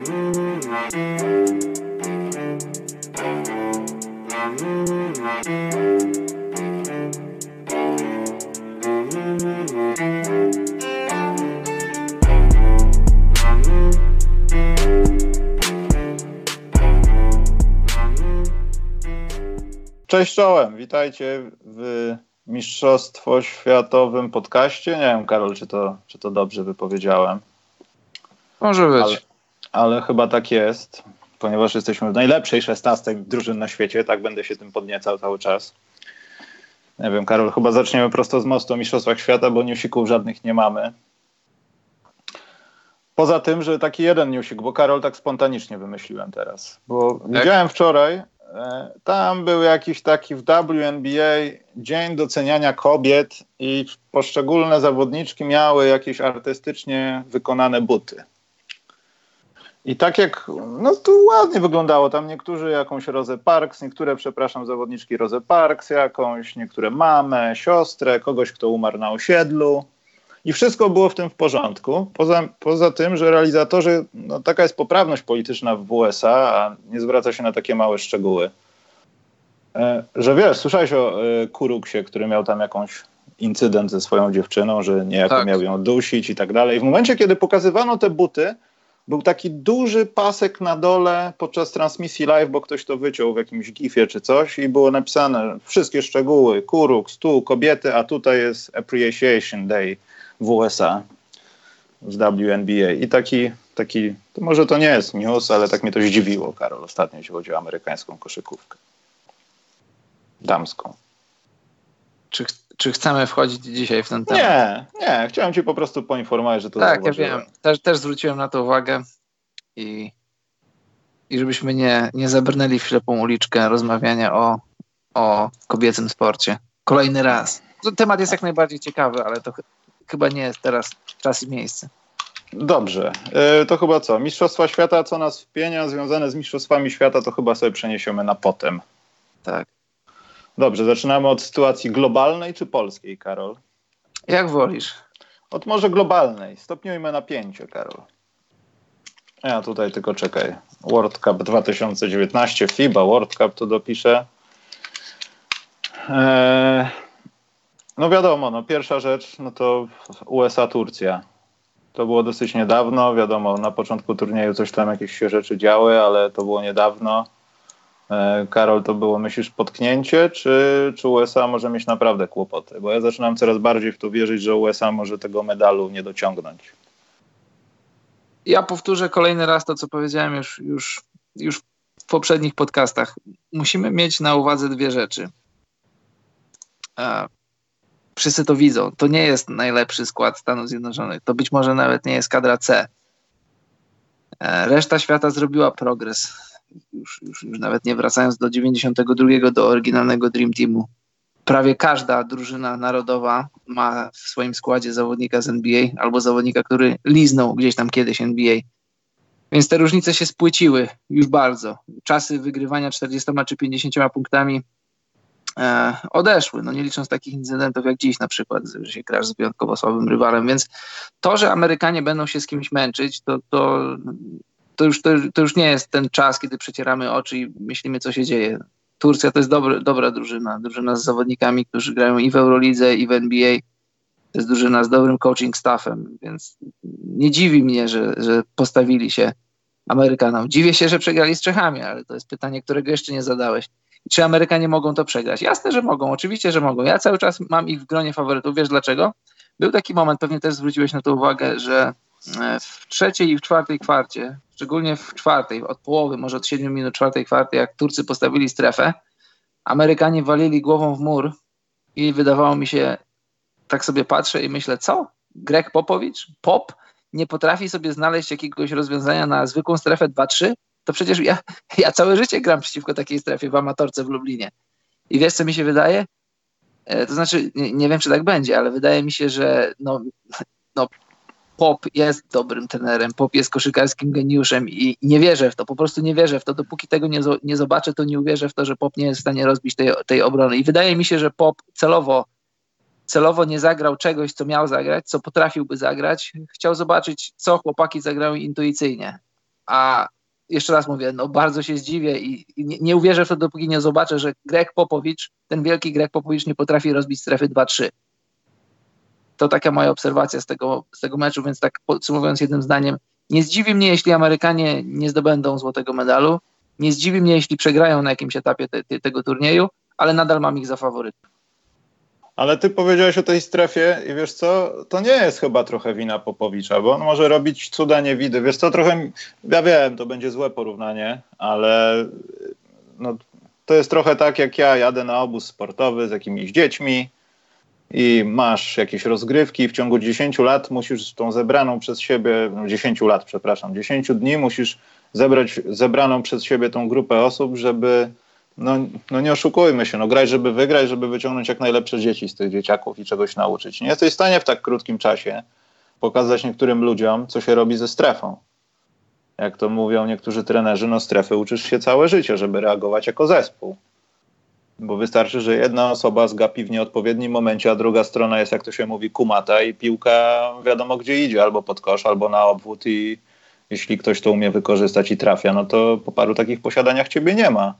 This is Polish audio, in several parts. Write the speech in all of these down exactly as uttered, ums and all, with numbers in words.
Cześć czołem, witajcie w Mistrzostwo Światowym podcaście. Nie wiem, Karol, czy to, czy to dobrze wypowiedziałem. Może być. Ale, ale chyba tak jest, ponieważ jesteśmy w najlepszej szesnastce drużyn na świecie, tak będę się tym podniecał cały czas. Nie wiem, Karol, chyba zaczniemy prosto z mostu o Mistrzostwach Świata, bo newsików żadnych nie mamy. Poza tym, że taki jeden newsik, bo Karol tak spontanicznie wymyśliłem teraz. Bo tak? Widziałem wczoraj, tam był jakiś taki w W N B A dzień doceniania kobiet i poszczególne zawodniczki miały jakieś artystycznie wykonane buty. I tak jak, no to ładnie wyglądało, tam niektórzy jakąś Rosę Parks, niektóre, przepraszam, zawodniczki Rosę Parks jakąś, niektóre mamę, siostrę, kogoś, kto umarł na osiedlu. I wszystko było w tym w porządku. Poza, poza tym, że realizatorzy, no taka jest poprawność polityczna w U S A, a nie zwraca się na takie małe szczegóły. E, że wiesz, słyszałeś o e, Kuruksie, który miał tam jakąś incydent ze swoją dziewczyną, że niejako tak. miał ją dusić i tak dalej. I w momencie, kiedy pokazywano te buty, był taki duży pasek na dole podczas transmisji live, bo ktoś to wyciął w jakimś gifie czy coś i było napisane wszystkie szczegóły. Kuruks, tu kobiety, a tutaj jest Appreciation Day w U S A, w W N B A. I taki, taki, to może to nie jest news, ale tak mnie to zdziwiło, Karol, ostatnio, jeśli chodzi o amerykańską koszykówkę. Damską. Czy, czy chcemy wchodzić dzisiaj w ten temat? Nie, nie. Chciałem ci po prostu poinformować, że to tak, ja wiem. Też, też zwróciłem na to uwagę i, i żebyśmy nie, nie zabrnęli w ślepą uliczkę rozmawiania o, o kobiecym sporcie. Kolejny raz. Temat jest jak najbardziej ciekawy, ale to chyba nie jest teraz czas i miejsce. Dobrze. Yy, to chyba co? Mistrzostwa Świata, co nas wpienia, związane z Mistrzostwami Świata, to chyba sobie przeniesiemy na potem. Tak. Dobrze, zaczynamy od sytuacji globalnej czy polskiej, Karol? Jak wolisz. Od może globalnej. Stopniujmy napięcie, Karol. Ja tutaj tylko czekaj. World Cup dwa tysiące dziewiętnaście, FIBA World Cup tu dopiszę. Eee, no wiadomo, no pierwsza rzecz, no to U S A Turcja. To było dosyć niedawno, wiadomo, na początku turnieju coś tam, jakieś się rzeczy działy, ale to było niedawno. Karol, to było, myślisz, potknięcie, czy, czy U S A może mieć naprawdę kłopoty? Bo ja zaczynam coraz bardziej w to wierzyć, że U S A może tego medalu nie dociągnąć. Ja powtórzę kolejny raz to, co powiedziałem już, już, już w poprzednich podcastach. Musimy mieć na uwadze dwie rzeczy. Wszyscy to widzą. To nie jest najlepszy skład Stanów Zjednoczonych. To być może nawet nie jest kadra C. Reszta świata zrobiła progres. Już, już, już nawet nie wracając do dziewięćdziesiątego drugiego, do oryginalnego Dream Teamu. Prawie każda drużyna narodowa ma w swoim składzie zawodnika z N B A albo zawodnika, który liznął gdzieś tam kiedyś N B A. Więc te różnice się spłyciły już bardzo. Czasy wygrywania czterdziestoma czy pięćdziesięcioma punktami e, odeszły. No nie licząc takich incydentów jak dziś na przykład, że się grasz z wyjątkowo słabym rywalem. Więc to, że Amerykanie będą się z kimś męczyć, to... to To już, to, to już nie jest ten czas, kiedy przecieramy oczy i myślimy, co się dzieje. Turcja to jest dobry, dobra drużyna. Drużyna z zawodnikami, którzy grają i w Eurolidze, i w N B A. To jest drużyna z dobrym coaching staffem, więc nie dziwi mnie, że, że postawili się Amerykanom. Dziwię się, że przegrali z Czechami, ale to jest pytanie, którego jeszcze nie zadałeś. Czy Amerykanie mogą to przegrać? Jasne, że mogą. Oczywiście, że mogą. Ja cały czas mam ich w gronie faworytów. Wiesz dlaczego? Był taki moment, pewnie też zwróciłeś na to uwagę, że w trzeciej i w czwartej kwarcie, szczególnie w czwartej, od połowy, może od siedmiu minut czwartej kwarty, jak Turcy postawili strefę, Amerykanie walili głową w mur i wydawało mi się, tak sobie patrzę i myślę, co? Greg Popowicz? Pop? Nie potrafi sobie znaleźć jakiegoś rozwiązania na zwykłą strefę dwa trzy? To przecież ja, ja całe życie gram przeciwko takiej strefie w amatorce w Lublinie. I wiesz, co mi się wydaje? E, to znaczy, nie, nie wiem, czy tak będzie, ale wydaje mi się, że no, no Pop jest dobrym trenerem, Pop jest koszykarskim geniuszem i nie wierzę w to, po prostu nie wierzę w to. Dopóki tego nie, nie zobaczę, to nie uwierzę w to, że Pop nie jest w stanie rozbić tej, tej obrony. I wydaje mi się, że Pop celowo, celowo nie zagrał czegoś, co miał zagrać, co potrafiłby zagrać. Chciał zobaczyć, co chłopaki zagrały intuicyjnie. a jeszcze raz mówię, no bardzo się zdziwię i, i nie, nie uwierzę w to, dopóki nie zobaczę, że Greg Popovich, ten wielki Greg Popovich nie potrafi rozbić strefy dwa trzy. To taka moja obserwacja z tego, z tego meczu, więc tak podsumowując jednym zdaniem, nie zdziwi mnie, jeśli Amerykanie nie zdobędą złotego medalu, nie zdziwi mnie, jeśli przegrają na jakimś etapie te, te, tego turnieju, ale nadal mam ich za faworytów. Ale ty powiedziałeś o tej strefie i wiesz co, to nie jest chyba trochę wina Popowicza, bo on może robić cuda niewidy. Wiesz co, trochę, ja wiem, to będzie złe porównanie, ale no, to jest trochę tak, jak ja jadę na obóz sportowy z jakimiś dziećmi i masz jakieś rozgrywki, w ciągu dziesięciu lat musisz tą zebraną przez siebie, no dziesięciu lat, przepraszam, dziesięciu dni musisz zebrać zebraną przez siebie tą grupę osób, żeby, no, no nie oszukujmy się, no grać, żeby wygrać, żeby wyciągnąć jak najlepsze dzieci z tych dzieciaków i czegoś nauczyć. Nie jesteś w stanie w tak krótkim czasie pokazać niektórym ludziom, co się robi ze strefą. Jak to mówią niektórzy trenerzy, no strefy uczysz się całe życie, żeby reagować jako zespół. Bo wystarczy, że jedna osoba zgapi w nieodpowiednim momencie, a druga strona jest, jak to się mówi, kumata i piłka wiadomo gdzie idzie, albo pod kosz, albo na obwód i jeśli ktoś to umie wykorzystać i trafia, no to po paru takich posiadaniach ciebie nie ma.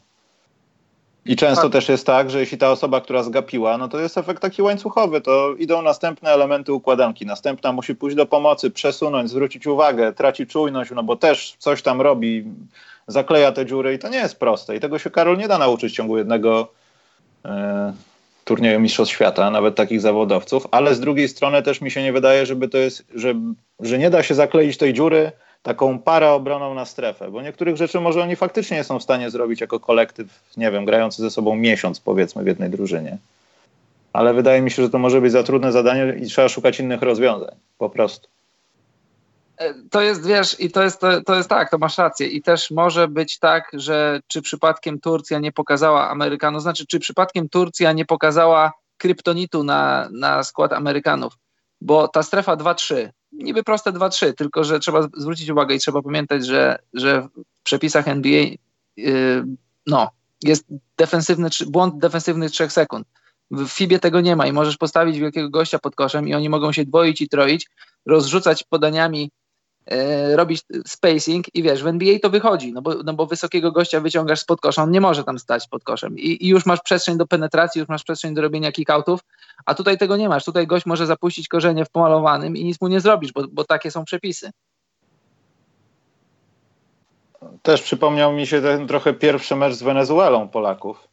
I często też jest tak, że jeśli ta osoba, która zgapiła, no to jest efekt taki łańcuchowy, to idą następne elementy układanki. Następna musi pójść do pomocy, przesunąć, zwrócić uwagę, traci czujność, no bo też coś tam robi, zakleja te dziury i to nie jest proste. I tego się, Karol, nie da nauczyć w ciągu jednego e, turnieju Mistrzostw Świata, nawet takich zawodowców, ale z drugiej strony też mi się nie wydaje, żeby to jest, że, że nie da się zakleić tej dziury taką paraobroną na strefę, bo niektórych rzeczy może oni faktycznie nie są w stanie zrobić jako kolektyw, nie wiem, grający ze sobą miesiąc, powiedzmy, w jednej drużynie. Ale wydaje mi się, że to może być za trudne zadanie i trzeba szukać innych rozwiązań, po prostu. To jest, wiesz, i to jest, to, to jest tak, to masz rację. I też może być tak, że czy przypadkiem Turcja nie pokazała Amerykanów, znaczy czy przypadkiem Turcja nie pokazała kryptonitu na, na skład Amerykanów, bo ta strefa dwa trzy, niby proste dwa trzy, tylko że trzeba zwrócić uwagę i trzeba pamiętać, że, że w przepisach N B A yy, no, jest defensywny, błąd defensywny trzech sekund. W Fibie tego nie ma i możesz postawić wielkiego gościa pod koszem i oni mogą się dwoić i troić, rozrzucać podaniami, yy, robić spacing i wiesz, w N B A to wychodzi, no bo, no bo wysokiego gościa wyciągasz spod kosza, on nie może tam stać pod koszem i, i już masz przestrzeń do penetracji, już masz przestrzeń do robienia kick-outów, a tutaj tego nie masz. Tutaj gość może zapuścić korzenie w pomalowanym i nic mu nie zrobisz, bo, bo takie są przepisy. Też przypomniał mi się ten trochę pierwszy mecz z Wenezuelą Polaków,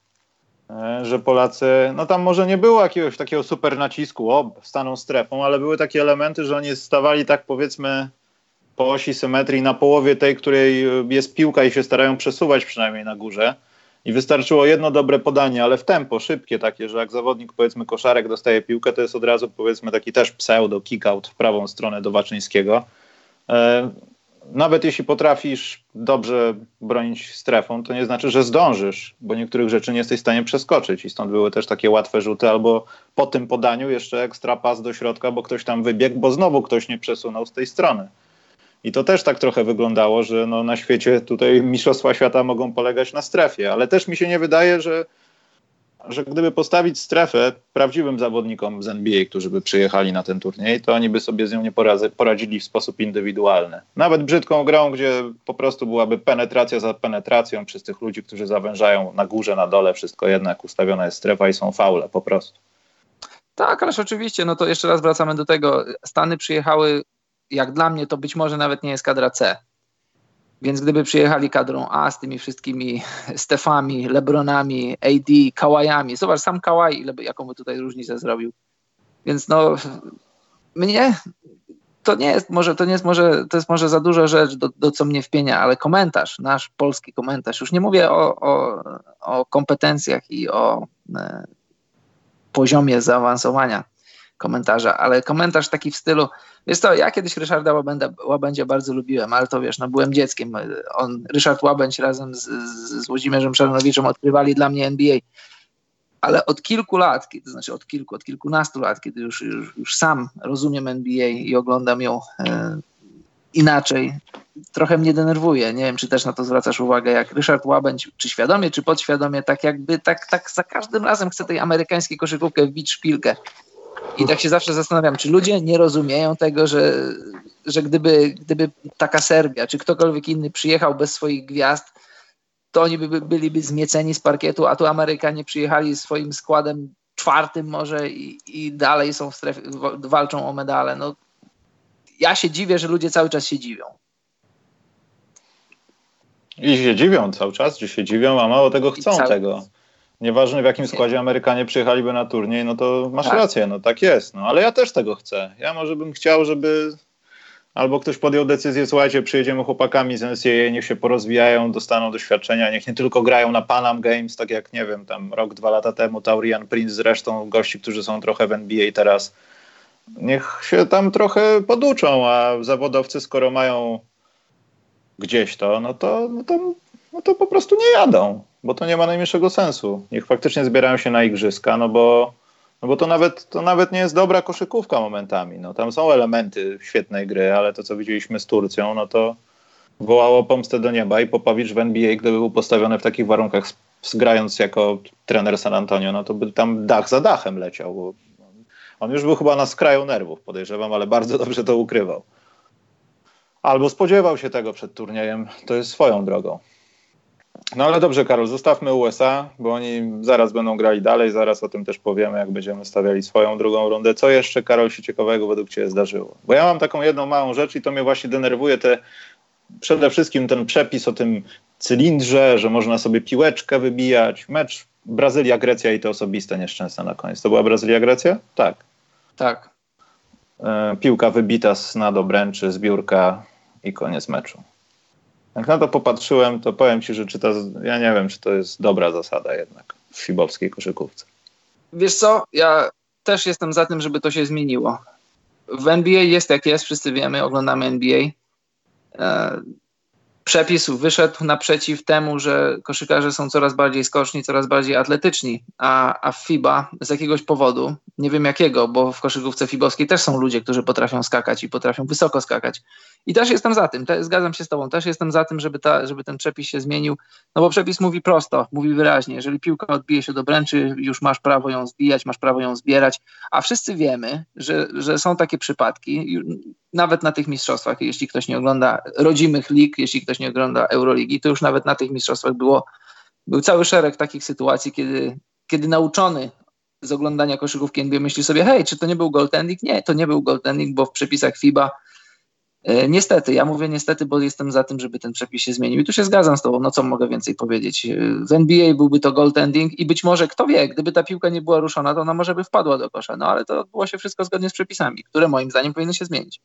że Polacy, no tam może nie było jakiegoś takiego super nacisku, o, staną strefą, ale były takie elementy, że oni stawali tak powiedzmy po osi symetrii na połowie tej, której jest piłka i się starają przesuwać przynajmniej na górze. I wystarczyło jedno dobre podanie, ale w tempo, szybkie takie, że jak zawodnik, powiedzmy, koszarek dostaje piłkę, to jest od razu, powiedzmy, taki też pseudo kick-out w prawą stronę do Waczyńskiego. E, nawet jeśli potrafisz dobrze bronić strefą, to nie znaczy, że zdążysz, bo niektórych rzeczy nie jesteś w stanie przeskoczyć i stąd były też takie łatwe rzuty, albo po tym podaniu jeszcze ekstra pas do środka, bo ktoś tam wybiegł, bo znowu ktoś nie przesunął z tej strony. I to też tak trochę wyglądało, że no na świecie tutaj mistrzostwa świata mogą polegać na strefie, ale też mi się nie wydaje, że, że gdyby postawić strefę prawdziwym zawodnikom z N B A, którzy by przyjechali na ten turniej, to oni by sobie z nią nie poradzi, poradzili w sposób indywidualny. Nawet brzydką grą, gdzie po prostu byłaby penetracja za penetracją przez tych ludzi, którzy zawężają na górze, na dole, wszystko jednak ustawiona jest strefa i są faule po prostu. Tak, ależ oczywiście, no to jeszcze raz wracamy do tego. Stany przyjechały, jak dla mnie to być może nawet nie jest kadra C. Więc gdyby przyjechali kadrą A z tymi wszystkimi Stefami, Lebronami, A D, Kawajami. Zobacz, sam Kawaj, ile by, jaką by tutaj różnicę zrobił. Więc no, mnie to nie jest może, to nie jest może, to jest może za duża rzecz, do, do co mnie wpienia, ale komentarz, nasz polski komentarz, już nie mówię o, o, o kompetencjach i o e, poziomie zaawansowania komentarza, ale komentarz taki w stylu, wiesz co, ja kiedyś Ryszarda Łabędę, Łabędzia bardzo lubiłem, ale to wiesz, no byłem dzieckiem. On, Ryszard Łabędź razem z, z Włodzimierzem Szaranowiczem odkrywali dla mnie N B A. Ale od kilku lat, to znaczy od kilku, od kilkunastu lat, kiedy już, już, już sam rozumiem N B A i oglądam ją e, inaczej, trochę mnie denerwuje. Nie wiem, czy też na to zwracasz uwagę, jak Ryszard Łabędź, czy świadomie, czy podświadomie, tak jakby tak, tak za każdym razem chce tej amerykańskiej koszykówkę wbić szpilkę. I tak się zawsze zastanawiam, czy ludzie nie rozumieją tego, że, że gdyby, gdyby taka Serbia, czy ktokolwiek inny przyjechał bez swoich gwiazd, to oni by, byliby zmieceni z parkietu, a tu Amerykanie przyjechali swoim składem czwartym może i, i dalej są w strefie, walczą o medale. No, ja się dziwię, że ludzie cały czas się dziwią. I się dziwią cały czas, że się dziwią, a mało tego chcą cały... tego. Nieważne w jakim składzie Amerykanie przyjechaliby na turniej, no to masz tak. rację, no tak jest. No, ale ja też tego chcę. Ja może bym chciał, żeby albo ktoś podjął decyzję, słuchajcie, przyjedziemy chłopakami z N C A A, niech się porozwijają, dostaną doświadczenia, niech nie tylko grają na Pan Am Games, tak jak, nie wiem, tam rok, dwa lata temu Taurian Prince, zresztą gości, którzy są trochę w N B A teraz. Niech się tam trochę poduczą, a zawodowcy, skoro mają gdzieś to, no to, no to, no to po prostu nie jadą, bo to nie ma najmniejszego sensu. Niech faktycznie zbierają się na igrzyska, no bo, no bo to, nawet, to nawet nie jest dobra koszykówka momentami. No, tam są elementy świetnej gry, ale to, co widzieliśmy z Turcją, no to wołało pomstę do nieba i Popowicz w N B A, gdyby był postawiony w takich warunkach, grając jako trener San Antonio, no to by tam dach za dachem leciał. Bo on już był chyba na skraju nerwów, podejrzewam, ale bardzo dobrze to ukrywał. Albo spodziewał się tego przed turniejem, to jest swoją drogą. No ale dobrze, Karol, zostawmy U S A, bo oni zaraz będą grali dalej, zaraz o tym też powiemy, jak będziemy stawiali swoją drugą rundę. Co jeszcze, Karol, się ciekawego według Ciebie zdarzyło? Bo ja mam taką jedną małą rzecz i to mnie właśnie denerwuje, te, przede wszystkim ten przepis o tym cylindrze, że można sobie piłeczkę wybijać. Mecz Brazylia-Grecja i to osobiste nieszczęsne na koniec. To była Brazylia-Grecja? Tak. Tak. E, piłka wybita z nad obręczy, zbiórka i koniec meczu. Jak na to popatrzyłem, to powiem Ci, że czy to, ja nie wiem, czy to jest dobra zasada jednak w fibowskiej koszykówce. Wiesz co, ja też jestem za tym, żeby to się zmieniło. W N B A jest jak jest, wszyscy wiemy, oglądamy N B A. E, przepis wyszedł naprzeciw temu, że koszykarze są coraz bardziej skoczni, coraz bardziej atletyczni, a, a w FIBA z jakiegoś powodu, nie wiem jakiego, bo w koszykówce fibowskiej też są ludzie, którzy potrafią skakać i potrafią wysoko skakać. I też jestem za tym, te, zgadzam się z tobą, też jestem za tym, żeby, ta, żeby ten przepis się zmienił, no bo przepis mówi prosto, mówi wyraźnie, jeżeli piłka odbije się do obręczy, już masz prawo ją zbijać, masz prawo ją zbierać, a wszyscy wiemy, że, że są takie przypadki, nawet na tych mistrzostwach, jeśli ktoś nie ogląda rodzimych lig, jeśli ktoś nie ogląda Euroligi, to już nawet na tych mistrzostwach było, był cały szereg takich sytuacji, kiedy, kiedy nauczony z oglądania koszykówki N B A myśli sobie, hej, czy to nie był goaltending? Nie, to nie był goaltending, bo w przepisach FIBA e, niestety, ja mówię niestety, bo jestem za tym, żeby ten przepis się zmienił i tu się zgadzam z tobą, no co mogę więcej powiedzieć. W N B A byłby to goaltending i być może, kto wie, gdyby ta piłka nie była ruszona, to ona może by wpadła do kosza, no ale to odbyło się wszystko zgodnie z przepisami, które moim zdaniem powinny się zmienić.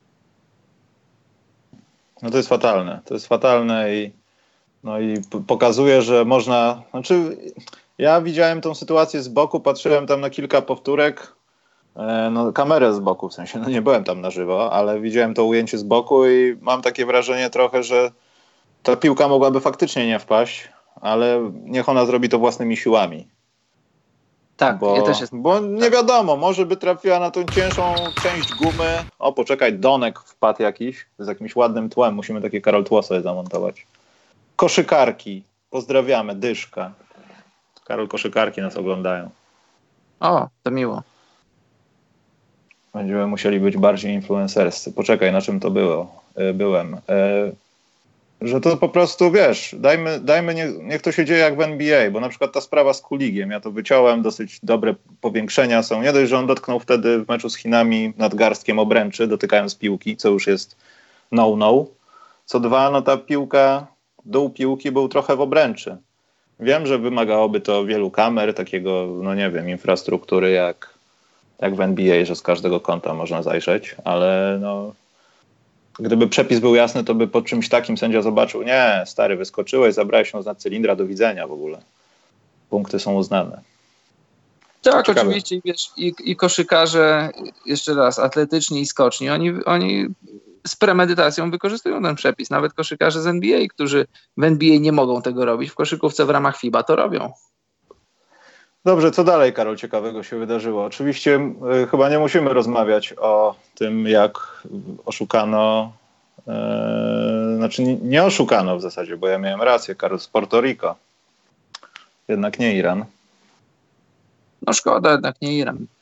No to jest fatalne, to jest fatalne i, no i p- pokazuje, że można, znaczy ja widziałem tą sytuację z boku, patrzyłem tam na kilka powtórek, e, no kamerę z boku, w sensie, no nie byłem tam na żywo, ale widziałem to ujęcie z boku i mam takie wrażenie trochę, że ta piłka mogłaby faktycznie nie wpaść, ale niech ona zrobi to własnymi siłami. Tak, bo, ja też jest. Bo nie wiadomo, może by trafiła na tą cięższą część gumy. O, poczekaj, donek wpadł jakiś z jakimś ładnym tłem. Musimy takie Karol tło sobie zamontować. Koszykarki. Pozdrawiamy. Dyszka. Karol, koszykarki nas oglądają. O, to miło. Będziemy musieli być bardziej influencerscy. Poczekaj, na czym to było? Byłem. Że to po prostu, wiesz, dajmy, dajmy nie, niech to się dzieje jak w N B A, bo na przykład ta sprawa z Kuligiem, ja to wyciąłem, dosyć dobre powiększenia są. Nie dość, że on dotknął wtedy w meczu z Chinami nadgarstkiem obręczy, dotykając piłki, co już jest no-no. Co dwa, no ta piłka, dół piłki był trochę w obręczy. Wiem, że wymagałoby to wielu kamer, takiego, no nie wiem, infrastruktury jak, jak w N B A, że z każdego kąta można zajrzeć, ale no... Gdyby przepis był jasny, to by po czymś takim sędzia zobaczył, nie, stary, wyskoczyłeś, zabrałeś się z nad cylindra, do widzenia w ogóle. Punkty są uznane. Tak, ciekawe. Oczywiście, wiesz, i, i koszykarze, jeszcze raz, atletyczni i skoczni, oni, oni z premedytacją wykorzystują ten przepis. Nawet koszykarze z N B A, którzy w N B A nie mogą tego robić, w koszykówce w ramach FIBA to robią. Dobrze, co dalej, Karol, ciekawego się wydarzyło? Oczywiście y, chyba nie musimy rozmawiać o tym, jak oszukano, y, znaczy nie, nie oszukano w zasadzie, bo ja miałem rację, Karol, z Porto Rico. Jednak nie Iran. No szkoda, jednak nie Iran.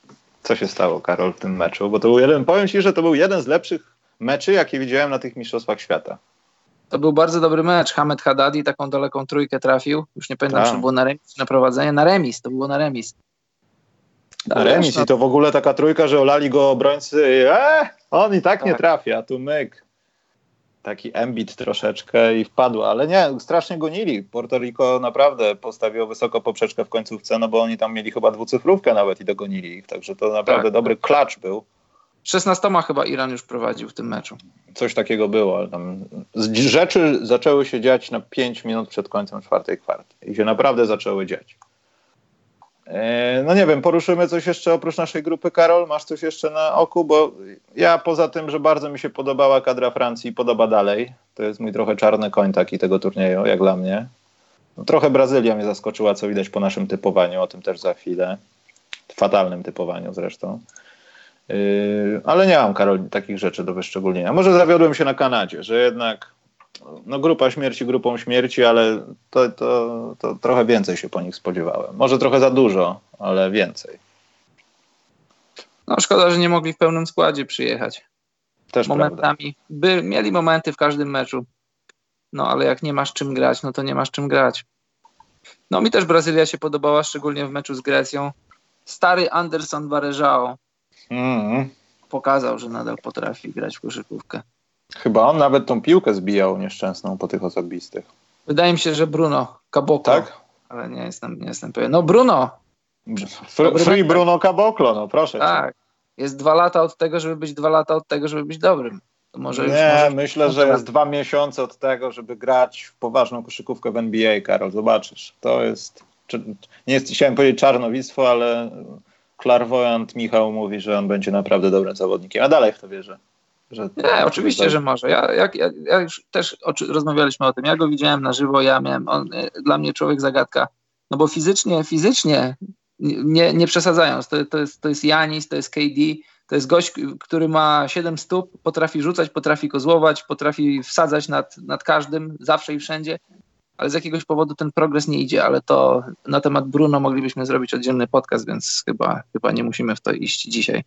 Co się stało, Karol, w tym meczu? Bo to był jeden, powiem ci, że to był jeden z lepszych meczy, jakie widziałem na tych mistrzostwach świata. To był bardzo dobry mecz. Hamed Haddadi taką daleką trójkę trafił. Już nie pamiętam, Tak. czy to było na remis, czy na prowadzenie. Na remis, to było na remis. Na remis no. I to w ogóle taka trójka, że olali go obrońcy. Eee, on i tak, tak nie trafi, a tu myk. Taki Embiid troszeczkę i wpadła, ale nie, strasznie gonili. Puerto Rico naprawdę postawiło wysoko poprzeczkę w końcówce, no bo oni tam mieli chyba dwucyfrówkę nawet i dogonili ich, także to naprawdę tak, dobry tak. klacz był. szesnastoma chyba Iran już prowadził w tym meczu. Coś takiego było, ale tam rzeczy zaczęły się dziać na pięć minut przed końcem czwartej kwarty i się naprawdę zaczęły dziać. No nie wiem, poruszymy coś jeszcze oprócz naszej grupy, Karol? Masz coś jeszcze na oku? Bo ja poza tym, że bardzo mi się podobała kadra Francji i podoba dalej, to jest mój trochę czarny koń taki tego turnieju, jak dla mnie. No, trochę Brazylia mnie zaskoczyła, co widać po naszym typowaniu, o tym też za chwilę. Fatalnym typowaniu zresztą. Yy, ale nie mam, Karol, takich rzeczy do wyszczególnienia. Może zawiodłem się na Kanadzie, że jednak no, grupa śmierci grupą śmierci, ale to, to, to trochę więcej się po nich spodziewałem. Może trochę za dużo, ale więcej. No szkoda, że nie mogli w pełnym składzie przyjechać. Też momentami. By, mieli momenty w każdym meczu. No ale jak nie masz czym grać, no to nie masz czym grać. No mi też Brazylia się podobała, szczególnie w meczu z Grecją. Stary Anderson Varejão mm. pokazał, że nadal potrafi grać w koszykówkę. Chyba on nawet tą piłkę zbijał nieszczęsną po tych osobistych. Wydaje mi się, że Bruno Caboclo. Tak? Ale nie jestem, nie jestem pewien. No Bruno! Fr- free Bruno Caboclo, no proszę tak. cię. Jest dwa lata od tego, żeby być dwa lata od tego, żeby być dobrym. To może nie, już, może... myślę, że jest dwa miesiące od tego, żeby grać w poważną koszykówkę w N B A, Karol. Zobaczysz. To jest, nie jest, chciałem powiedzieć czarnowictwo, ale clairvoyant Michał mówi, że on będzie naprawdę dobrym zawodnikiem. A dalej w to wierzę. Że nie, oczywiście, że może. Ja, jak, ja, ja już też oczy, rozmawialiśmy o tym. Ja go widziałem na żywo, ja miałem, on, dla mnie człowiek zagadka. No bo fizycznie, fizycznie nie, nie przesadzając. To, to, jest, to jest Janis, to jest K D, to jest gość, który ma siedem stóp, potrafi rzucać, potrafi kozłować, potrafi wsadzać nad, nad każdym, zawsze i wszędzie, ale z jakiegoś powodu ten progres nie idzie, ale to na temat Bruno moglibyśmy zrobić oddzielny podcast, więc chyba, chyba nie musimy w to iść dzisiaj.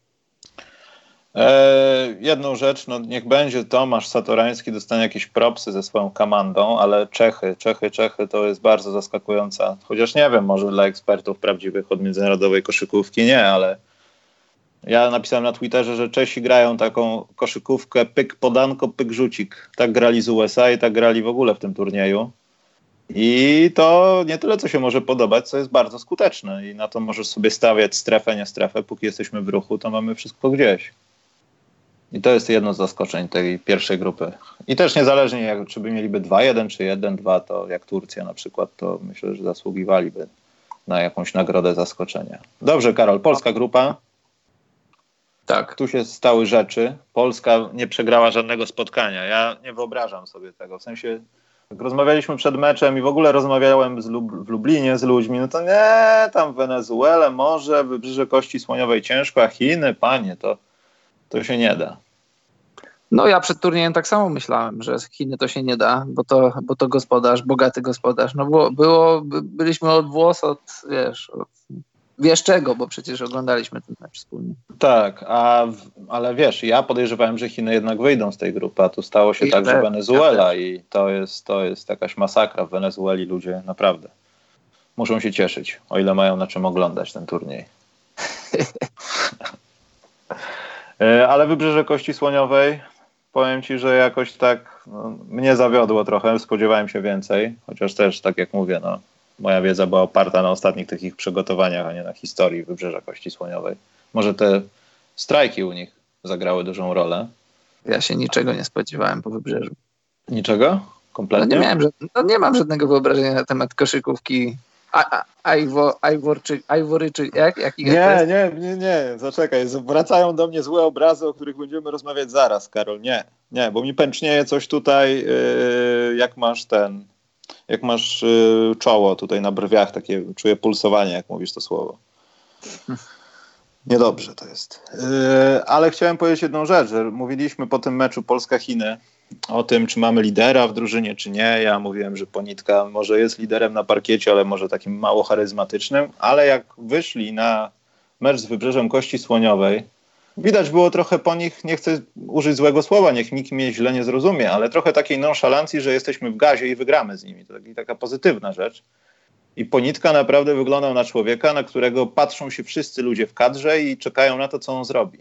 Eee, jedną rzecz, no niech będzie Tomasz Satorański dostanie jakieś propsy ze swoją komandą, ale Czechy, Czechy, Czechy to jest bardzo zaskakująca, chociaż nie wiem, może dla ekspertów prawdziwych od międzynarodowej koszykówki nie, ale ja napisałem na Twitterze, że Czesi grają taką koszykówkę pyk podanko, pyk rzucik. Tak grali z U S A i tak grali w ogóle w tym turnieju. I to nie tyle, co się może podobać, co jest bardzo skuteczne. I na to możesz sobie stawiać strefę, nie strefę. Póki jesteśmy w ruchu, to mamy wszystko gdzieś. I to jest jedno z zaskoczeń tej pierwszej grupy. I też niezależnie, jak, czy by mieliby dwa jeden, czy jeden dwa, to jak Turcja na przykład, to myślę, że zasługiwaliby na jakąś nagrodę zaskoczenia. Dobrze, Karol, polska grupa. Tak. Tu się stały rzeczy. Polska nie przegrała żadnego spotkania. Ja nie wyobrażam sobie tego. W sensie, jak rozmawialiśmy przed meczem i w ogóle rozmawiałem z Lub- w Lublinie z ludźmi, no to nie, tam w Wenezuelę może, Wybrzeże Kości Słoniowej ciężko, a Chiny, panie, to, to się nie da. No ja przed turniejem tak samo myślałem, że z Chiny to się nie da, bo to, bo to gospodarz, bogaty gospodarz. No było, było byliśmy od włos, od, wiesz, od wiesz czego, bo przecież oglądaliśmy ten mecz wspólnie. Tak, a, ale wiesz, ja podejrzewałem, że Chiny jednak wyjdą z tej grupy, a tu stało się I tak, że Wenezuela ja i to jest, to jest jakaś masakra. W Wenezueli ludzie naprawdę muszą się cieszyć, o ile mają na czym oglądać ten turniej. Ale Wybrzeże Kości Słoniowej, powiem ci, że jakoś tak no, mnie zawiodło trochę, spodziewałem się więcej, chociaż też, tak jak mówię, no moja wiedza była oparta na ostatnich takich przygotowaniach, a nie na historii Wybrzeża Kości Słoniowej. Może te strajki u nich zagrały dużą rolę. Ja się niczego nie spodziewałem po Wybrzeżu. Niczego? Kompletnie? No nie, miałem, no nie mam żadnego wyobrażenia na temat koszykówki Iwory, Iwory czy jak? jak nie, nie, nie, nie, zaczekaj. Wracają do mnie złe obrazy, o których będziemy rozmawiać zaraz, Karol. Nie, nie, bo mi pęcznieje coś tutaj, yy, jak masz ten... Jak masz y, czoło tutaj na brwiach, takie czuję pulsowanie, jak mówisz to słowo. Niedobrze to jest. Y, ale chciałem powiedzieć jedną rzecz, że mówiliśmy po tym meczu Polska-Chiny o tym, czy mamy lidera w drużynie, czy nie. Ja mówiłem, że Ponitka może jest liderem na parkiecie, ale może takim mało charyzmatycznym, ale jak wyszli na mecz z Wybrzeżem Kości Słoniowej. Widać było trochę po nich, nie chcę użyć złego słowa, niech nikt mnie źle nie zrozumie, ale trochę takiej nonszalancji, że jesteśmy w gazie i wygramy z nimi. To taka pozytywna rzecz. I Ponitka naprawdę wyglądał na człowieka, na którego patrzą się wszyscy ludzie w kadrze i czekają na to, co on zrobi.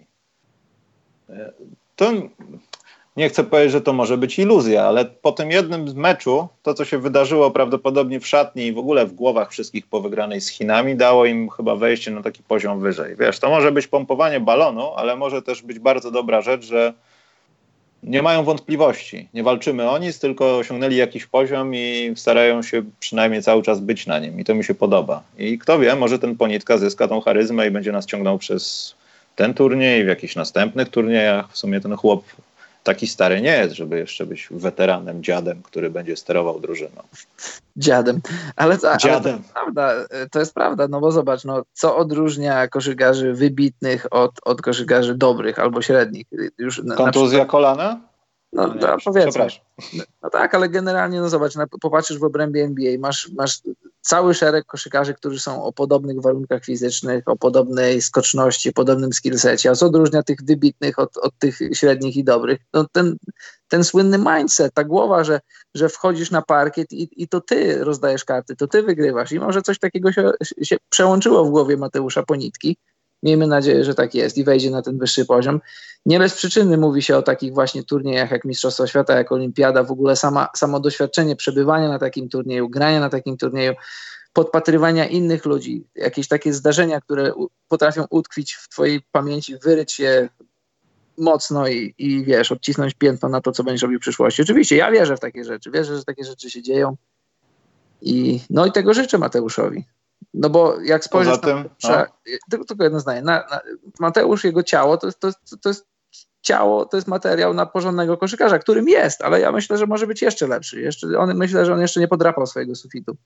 To nie chcę powiedzieć, że to może być iluzja, ale po tym jednym meczu, to co się wydarzyło prawdopodobnie w szatni i w ogóle w głowach wszystkich po wygranej z Chinami, dało im chyba wejście na taki poziom wyżej. Wiesz, to może być pompowanie balonu, ale może też być bardzo dobra rzecz, że nie mają wątpliwości. Nie walczymy o nic, tylko osiągnęli jakiś poziom i starają się przynajmniej cały czas być na nim. I to mi się podoba. I kto wie, może ten Ponitka zyska tą charyzmę i będzie nas ciągnął przez ten turniej, w jakichś następnych turniejach. W sumie ten chłop taki stary nie jest, żeby jeszcze być weteranem, dziadem, który będzie sterował drużyną. Dziadem. Ale, to, dziadem. ale to jest prawda, to jest prawda, no bo zobacz, no, co odróżnia koszykarzy wybitnych od, od koszykarzy dobrych albo średnich? Już na, Kontuzja na kolana? No, no, no powiedzmy. No tak, ale generalnie, no zobacz, na, popatrzysz w obrębie N B A, masz, masz cały szereg koszykarzy, którzy są o podobnych warunkach fizycznych, o podobnej skoczności, podobnym skillsecie. A co odróżnia tych wybitnych od, od tych średnich i dobrych? No ten, ten słynny mindset, ta głowa, że, że wchodzisz na parkiet i, i to ty rozdajesz karty, to ty wygrywasz. I może coś takiego się, się przełączyło w głowie Mateusza Ponitki. Miejmy nadzieję, że tak jest i wejdzie na ten wyższy poziom. Nie bez przyczyny mówi się o takich właśnie turniejach jak Mistrzostwa Świata, jak Olimpiada, w ogóle sama, samo doświadczenie przebywania na takim turnieju, grania na takim turnieju, podpatrywania innych ludzi, jakieś takie zdarzenia, które u, potrafią utkwić w twojej pamięci, wyryć je mocno i, i wiesz, odcisnąć piętno na to, co będziesz robił w przyszłości. Oczywiście ja wierzę w takie rzeczy, wierzę, że takie rzeczy się dzieją i no i tego życzę Mateuszowi. No bo jak spojrzysz tym, na Mateusza, no. tylko, tylko jedno zdanie, na, na, Mateusz, jego ciało, to jest, to, jest, to jest ciało, to jest materiał na porządnego koszykarza, którym jest, ale ja myślę, że może być jeszcze lepszy. Jeszcze, on, myślę, że on jeszcze nie podrapał swojego sufitu.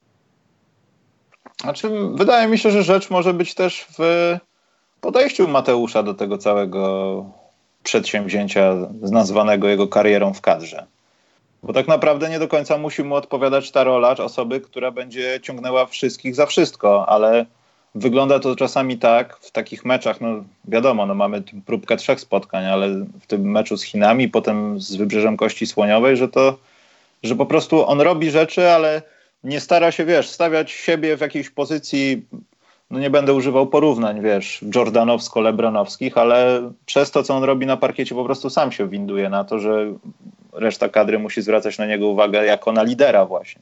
Znaczy, wydaje mi się, że rzecz może być też w podejściu Mateusza do tego całego przedsięwzięcia nazwanego jego karierą w kadrze. Bo tak naprawdę nie do końca musi mu odpowiadać ta rola osoby, która będzie ciągnęła wszystkich za wszystko, ale wygląda to czasami tak w takich meczach, no wiadomo, no mamy próbkę trzech spotkań, ale w tym meczu z Chinami, potem z Wybrzeżem Kości Słoniowej, że to, że po prostu on robi rzeczy, ale nie stara się, wiesz, stawiać siebie w jakiejś pozycji, no nie będę używał porównań, wiesz, jordanowsko-lebronowskich, ale przez to, co on robi na parkiecie, po prostu sam się winduje na to, że reszta kadry musi zwracać na niego uwagę jako na lidera właśnie.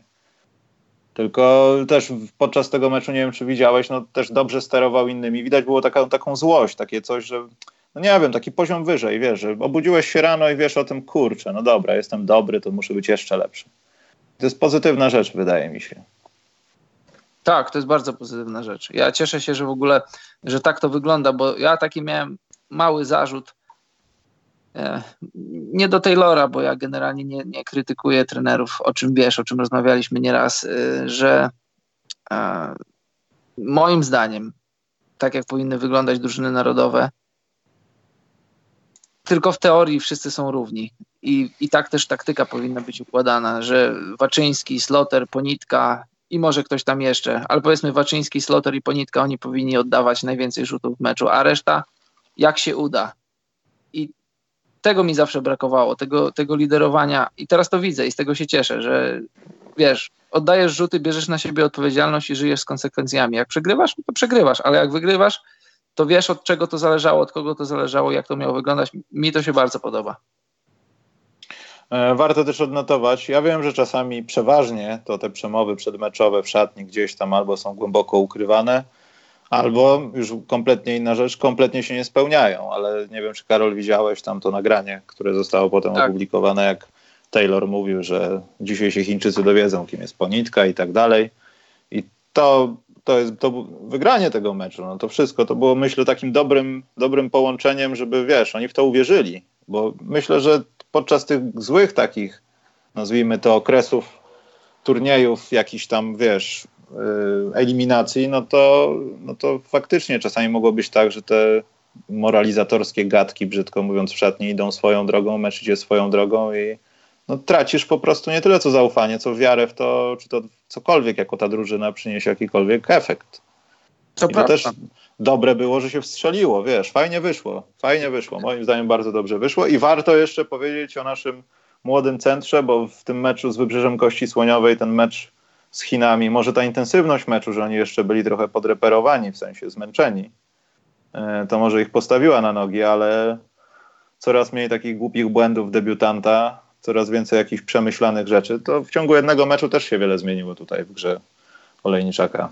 Tylko też podczas tego meczu, nie wiem czy widziałeś, no też dobrze sterował innymi. Widać było taka, taką złość, takie coś, że no nie wiem, taki poziom wyżej, wiesz, że obudziłeś się rano i wiesz o tym, kurczę, no dobra, jestem dobry, to muszę być jeszcze lepszy. To jest pozytywna rzecz, wydaje mi się. Tak, to jest bardzo pozytywna rzecz. Ja cieszę się, że w ogóle, że tak to wygląda, bo ja taki miałem mały zarzut, e, nie do Taylora, bo ja generalnie nie, nie krytykuję trenerów, o czym wiesz, o czym rozmawialiśmy nieraz, e, że e, moim zdaniem, tak jak powinny wyglądać drużyny narodowe, tylko w teorii wszyscy są równi. I, i tak też taktyka powinna być układana, że Waczyński, Sloter, Ponitka i może ktoś tam jeszcze, ale powiedzmy Waczyński, Sloter i Ponitka, oni powinni oddawać najwięcej rzutów w meczu, a reszta jak się uda. I tego mi zawsze brakowało, tego, tego liderowania i teraz to widzę i z tego się cieszę, że wiesz, oddajesz rzuty, bierzesz na siebie odpowiedzialność i żyjesz z konsekwencjami. Jak przegrywasz, to przegrywasz, ale jak wygrywasz, to wiesz, od czego to zależało, od kogo to zależało, jak to miało wyglądać. Mi to się bardzo podoba. Warto też odnotować, ja wiem, że czasami przeważnie to te przemowy przedmeczowe w szatni gdzieś tam albo są głęboko ukrywane, albo już kompletnie inna rzecz, kompletnie się nie spełniają, ale nie wiem, czy Karol widziałeś tam to nagranie, które zostało potem tak opublikowane, jak Taylor mówił, że dzisiaj się Chińczycy dowiedzą, kim jest Ponitka i tak dalej. I to, to jest to wygranie tego meczu. No to wszystko to było, myślę, takim dobrym, dobrym połączeniem, żeby, wiesz, oni w to uwierzyli, bo myślę, że podczas tych złych takich, nazwijmy to, okresów turniejów, jakichś tam, wiesz, yy, eliminacji, no to, no to faktycznie czasami mogło być tak, że te moralizatorskie gadki, brzydko mówiąc, w szatni idą swoją drogą, mecz idzie swoją drogą i no, tracisz po prostu nie tyle co zaufanie, co wiarę w to, czy to cokolwiek jako ta drużyna przyniesie jakikolwiek efekt. To, I to też dobre było, że się wstrzeliło, wiesz, fajnie wyszło, fajnie wyszło, moim zdaniem bardzo dobrze wyszło i warto jeszcze powiedzieć o naszym młodym centrze, bo w tym meczu z Wybrzeżem Kości Słoniowej, ten mecz z Chinami, może ta intensywność meczu, że oni jeszcze byli trochę podreperowani, w sensie zmęczeni, to może ich postawiła na nogi, ale coraz mniej takich głupich błędów debiutanta, coraz więcej jakichś przemyślanych rzeczy, to w ciągu jednego meczu też się wiele zmieniło tutaj w grze Olejniczaka.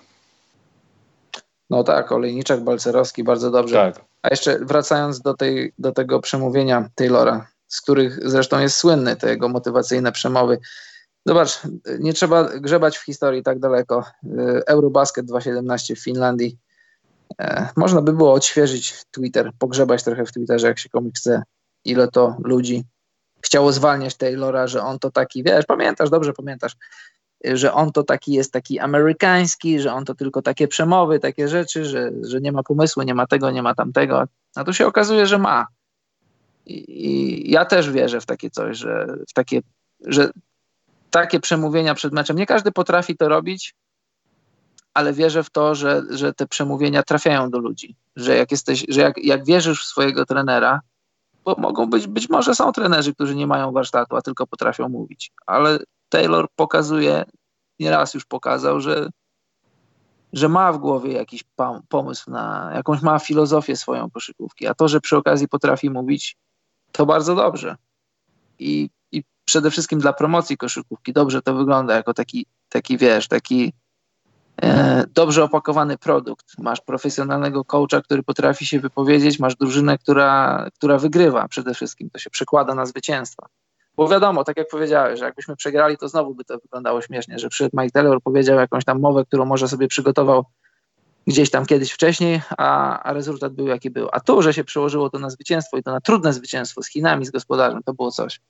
No tak, Olejniczak, Balcerowski, bardzo dobrze. Tak. A jeszcze wracając do, tej, do tego przemówienia Taylora, z których zresztą jest słynny, te jego motywacyjne przemowy. Zobacz, nie trzeba grzebać w historii tak daleko. Eurobasket dwa tysiące siedemnaście w Finlandii. E, można by było odświeżyć Twitter, pogrzebać trochę w Twitterze, jak się komuś chce. Ile to ludzi chciało zwalniać Taylora, że on to taki, wiesz, pamiętasz, dobrze pamiętasz, że on to taki jest taki amerykański, że on to tylko takie przemowy, takie rzeczy, że, że nie ma pomysłu, nie ma tego, nie ma tamtego. A tu się okazuje, że ma. I, i ja też wierzę w takie coś, że w takie, że takie przemówienia przed meczem, nie każdy potrafi to robić, ale wierzę w to, że, że te przemówienia trafiają do ludzi. Że jak jesteś, że jak, jak wierzysz w swojego trenera, bo mogą być, być może są trenerzy, którzy nie mają warsztatu, a tylko potrafią mówić, ale Taylor pokazuje, nieraz już pokazał, że, że ma w głowie jakiś pomysł na, jakąś ma filozofię swoją koszykówki, a to, że przy okazji potrafi mówić, to bardzo dobrze. I, i przede wszystkim dla promocji koszykówki dobrze to wygląda jako taki, taki wiesz, taki e, dobrze opakowany produkt. Masz profesjonalnego coacha, który potrafi się wypowiedzieć, masz drużynę, która, która wygrywa przede wszystkim. To się przekłada na zwycięstwa. Bo wiadomo, tak jak powiedziałeś, że jakbyśmy przegrali, to znowu by to wyglądało śmiesznie, że przyszedł Mike Taylor, powiedział jakąś tam mowę, którą może sobie przygotował gdzieś tam kiedyś wcześniej, a, a rezultat był jaki był. A tu, że się przełożyło to na zwycięstwo i to na trudne zwycięstwo z Chinami, z gospodarzem, to było coś.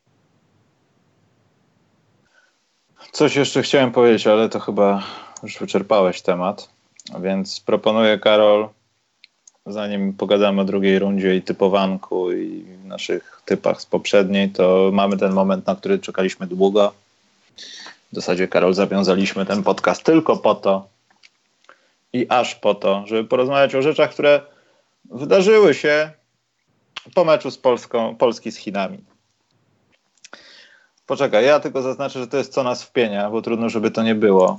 Coś jeszcze chciałem powiedzieć, ale to chyba już wyczerpałeś temat, więc proponuję, Karol, zanim pogadamy o drugiej rundzie i typowanku i naszych typach z poprzedniej, to mamy ten moment, na który czekaliśmy długo. W zasadzie, Karol, zawiązaliśmy ten podcast tylko po to i aż po to, żeby porozmawiać o rzeczach, które wydarzyły się po meczu z Polską, Polski z Chinami. Poczekaj, ja tylko zaznaczę, że to jest co nas wpienia, bo trudno, żeby to nie było.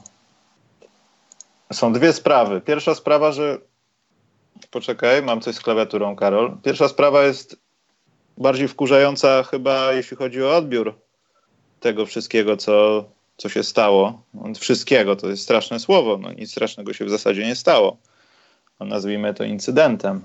Są dwie sprawy. Pierwsza sprawa, że Poczekaj, mam coś z klawiaturą, Karol. Pierwsza sprawa jest bardziej wkurzająca chyba, jeśli chodzi o odbiór tego wszystkiego, co, co się stało. Wszystkiego, to jest straszne słowo. No, nic strasznego się w zasadzie nie stało. No, nazwijmy to incydentem.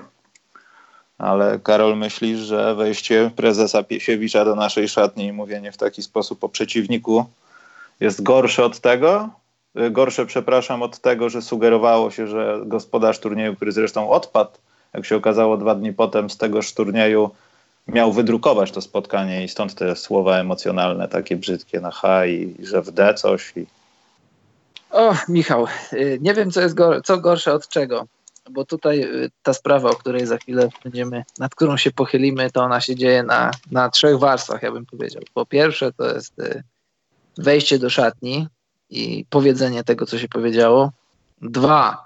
Ale Karol, myślisz, że wejście prezesa Piesiewicza do naszej szatni i mówienie w taki sposób o przeciwniku jest gorsze od tego? Gorsze, przepraszam, od tego, że sugerowało się, że gospodarz turnieju, który zresztą odpadł, jak się okazało dwa dni potem z tegoż turnieju, miał wydrukować to spotkanie i stąd te słowa emocjonalne, takie brzydkie na H i, i że w D coś. I... O, Michał, nie wiem, co jest gor- co gorsze od czego, bo tutaj ta sprawa, o której za chwilę będziemy, nad którą się pochylimy, to ona się dzieje na, na trzech warstwach, ja bym powiedział. Po pierwsze, to jest wejście do szatni i powiedzenie tego, co się powiedziało. Dwa,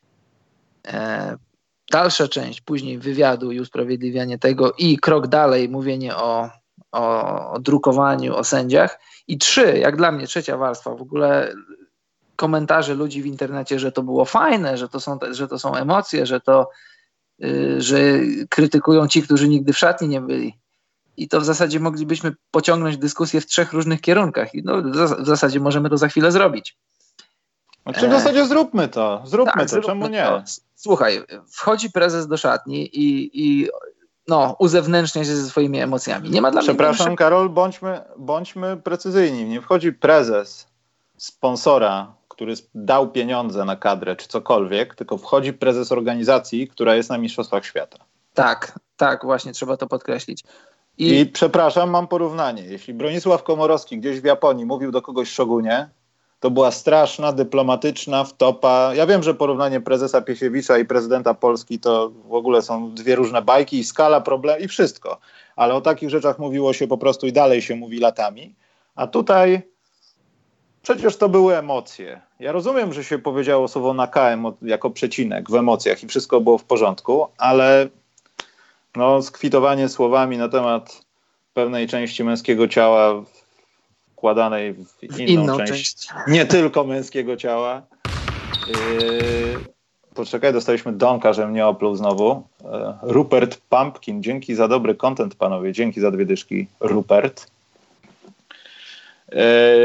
e, dalsza część później wywiadu i usprawiedliwianie tego i krok dalej, mówienie o, o, o drukowaniu, o sędziach. I trzy, jak dla mnie trzecia warstwa, w ogóle komentarze ludzi w internecie, że to było fajne, że to są, że to są emocje, że to, y, że krytykują ci, którzy nigdy w szatni nie byli. I to w zasadzie moglibyśmy pociągnąć dyskusję w trzech różnych kierunkach. I no, w zasadzie możemy to za chwilę zrobić. Znaczy w zasadzie zróbmy to. Zróbmy tak, to, zróbmy czemu nie? To. Słuchaj, wchodzi prezes do szatni i, i no, uzewnętrznia się ze swoimi emocjami. Nie ma dla Przepraszam, mnie... Karol, bądźmy, bądźmy precyzyjni. Nie wchodzi prezes sponsora, który dał pieniądze na kadrę czy cokolwiek, tylko wchodzi prezes organizacji, która jest na Mistrzostwach Świata. Tak, tak, właśnie trzeba to podkreślić. I, I przepraszam, mam porównanie. Jeśli Bronisław Komorowski gdzieś w Japonii mówił do kogoś szogunie, to była straszna, dyplomatyczna wtopa. Ja wiem, że porównanie prezesa Piesiewicza i prezydenta Polski to w ogóle są dwie różne bajki i skala problemu i wszystko. Ale o takich rzeczach mówiło się po prostu i dalej się mówi latami. A tutaj przecież to były emocje. Ja rozumiem, że się powiedziało słowo na K jako przecinek w emocjach i wszystko było w porządku, ale no, skwitowanie słowami na temat pewnej części męskiego ciała wkładanej w inną, w inną część, część, nie tylko męskiego ciała. Yy, poczekaj, dostaliśmy Donka, że mnie opluł znowu. Yy, Rupert Pumpkin, dzięki za dobry content, panowie, dzięki za dwie dyszki, Rupert. Yy,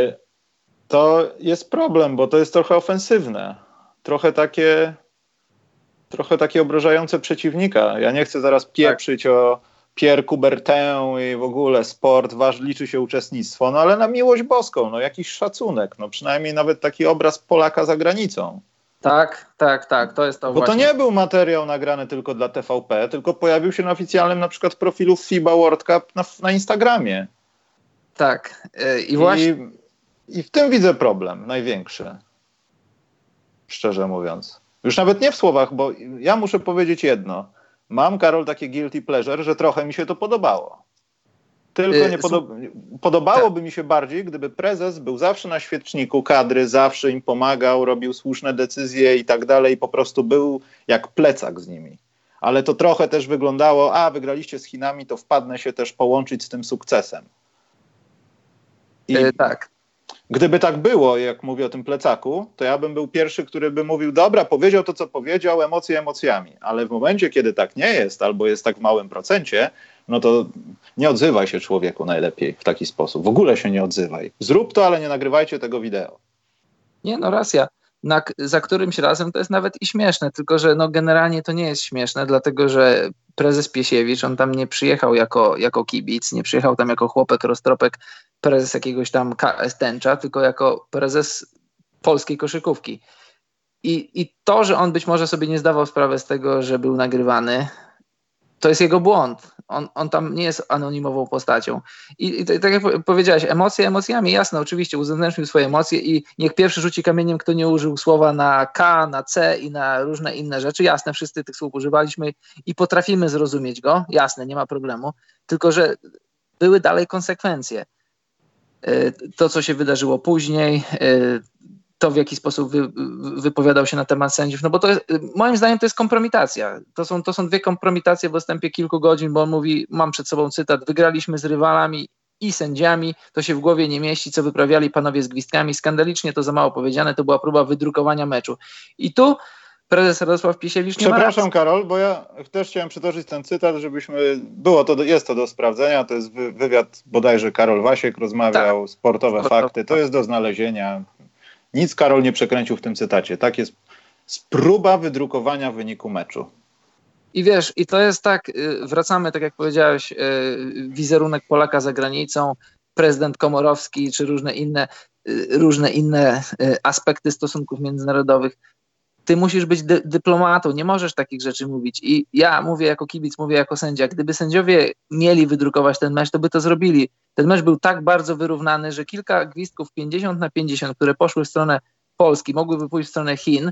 to jest problem, bo to jest trochę ofensywne, trochę takie trochę takie obrażające przeciwnika. Ja nie chcę zaraz pieprzyć tak. o Pierre Coubertin i w ogóle sport, waż liczy się uczestnictwo, no ale na miłość boską, no jakiś szacunek, no przynajmniej nawet taki obraz Polaka za granicą. Tak, tak, tak, to jest to Bo właśnie. to nie był materiał nagrany tylko dla T V P, tylko pojawił się na oficjalnym na przykład profilu FIBA World Cup na, na Instagramie. Tak, yy, i właśnie... I, I w tym widzę problem, największy. Szczerze mówiąc. Już nawet nie w słowach, bo ja muszę powiedzieć jedno. Mam, Karol, takie guilty pleasure, że trochę mi się to podobało. Tylko nie podo- podobałoby mi się bardziej, gdyby prezes był zawsze na świeczniku kadry, zawsze im pomagał, robił słuszne decyzje i tak dalej, i po prostu był jak plecak z nimi. Ale to trochę też wyglądało, a wygraliście z Chinami, to wpadnę się też połączyć z tym sukcesem. I yy, tak. Gdyby tak było, jak mówię o tym plecaku, to ja bym był pierwszy, który by mówił, dobra, powiedział to, co powiedział, emocje emocjami. Ale w momencie, kiedy tak nie jest, albo jest tak w małym procencie, no to nie odzywaj się człowieku najlepiej w taki sposób. W ogóle się nie odzywaj. Zrób to, ale nie nagrywajcie tego wideo. Nie, no racja. Na, za którymś razem to jest nawet i śmieszne, tylko że no generalnie to nie jest śmieszne, dlatego że prezes Piesiewicz, on tam nie przyjechał jako, jako kibic, nie przyjechał tam jako chłopek, roztropek, prezes jakiegoś tam K S tęcza, tylko jako prezes polskiej koszykówki. I, I to, że on być może sobie nie zdawał sprawy z tego, że był nagrywany, to jest jego błąd. On, on tam nie jest anonimową postacią. I, i tak jak powiedziałeś, emocje emocjami, jasne, oczywiście uzewnętrznił swoje emocje i niech pierwszy rzuci kamieniem, kto nie użył słowa na K, na C i na różne inne rzeczy. Jasne, wszyscy tych słów używaliśmy i potrafimy zrozumieć go. Jasne, nie ma problemu. Tylko że były dalej konsekwencje. To, co się wydarzyło później, to w jaki sposób wy, wypowiadał się na temat sędziów, no bo to jest, moim zdaniem to jest kompromitacja. To są, to są dwie kompromitacje w odstępie kilku godzin, bo on mówi, mam przed sobą cytat, wygraliśmy z rywalami i sędziami, to się w głowie nie mieści, co wyprawiali panowie z gwizdkami, skandalicznie to za mało powiedziane, to była próba wydrukowania meczu. I tu prezes Radosław Piesiewicz nie ma racji. Przepraszam, Karol, bo ja też chciałem przytoczyć ten cytat, żebyśmy, było to, jest to do sprawdzenia, to jest wywiad bodajże Karol Wasiek rozmawiał, tak. Sportowe Sportowe fakty, to jest do znalezienia. Nic Karol nie przekręcił w tym cytacie. Tak jest próba wydrukowania wyniku meczu. I wiesz, i to jest tak, wracamy, tak jak powiedziałeś, wizerunek Polaka za granicą, prezydent Komorowski, czy różne inne, różne inne aspekty stosunków międzynarodowych. Ty musisz być dy- dyplomatą, nie możesz takich rzeczy mówić. I ja mówię jako kibic, mówię jako sędzia, gdyby sędziowie mieli wydrukować ten mecz, to by to zrobili. Ten mecz był tak bardzo wyrównany, że kilka gwizdków pięćdziesiąt na pięćdziesiąt, które poszły w stronę Polski, mogłyby pójść w stronę Chin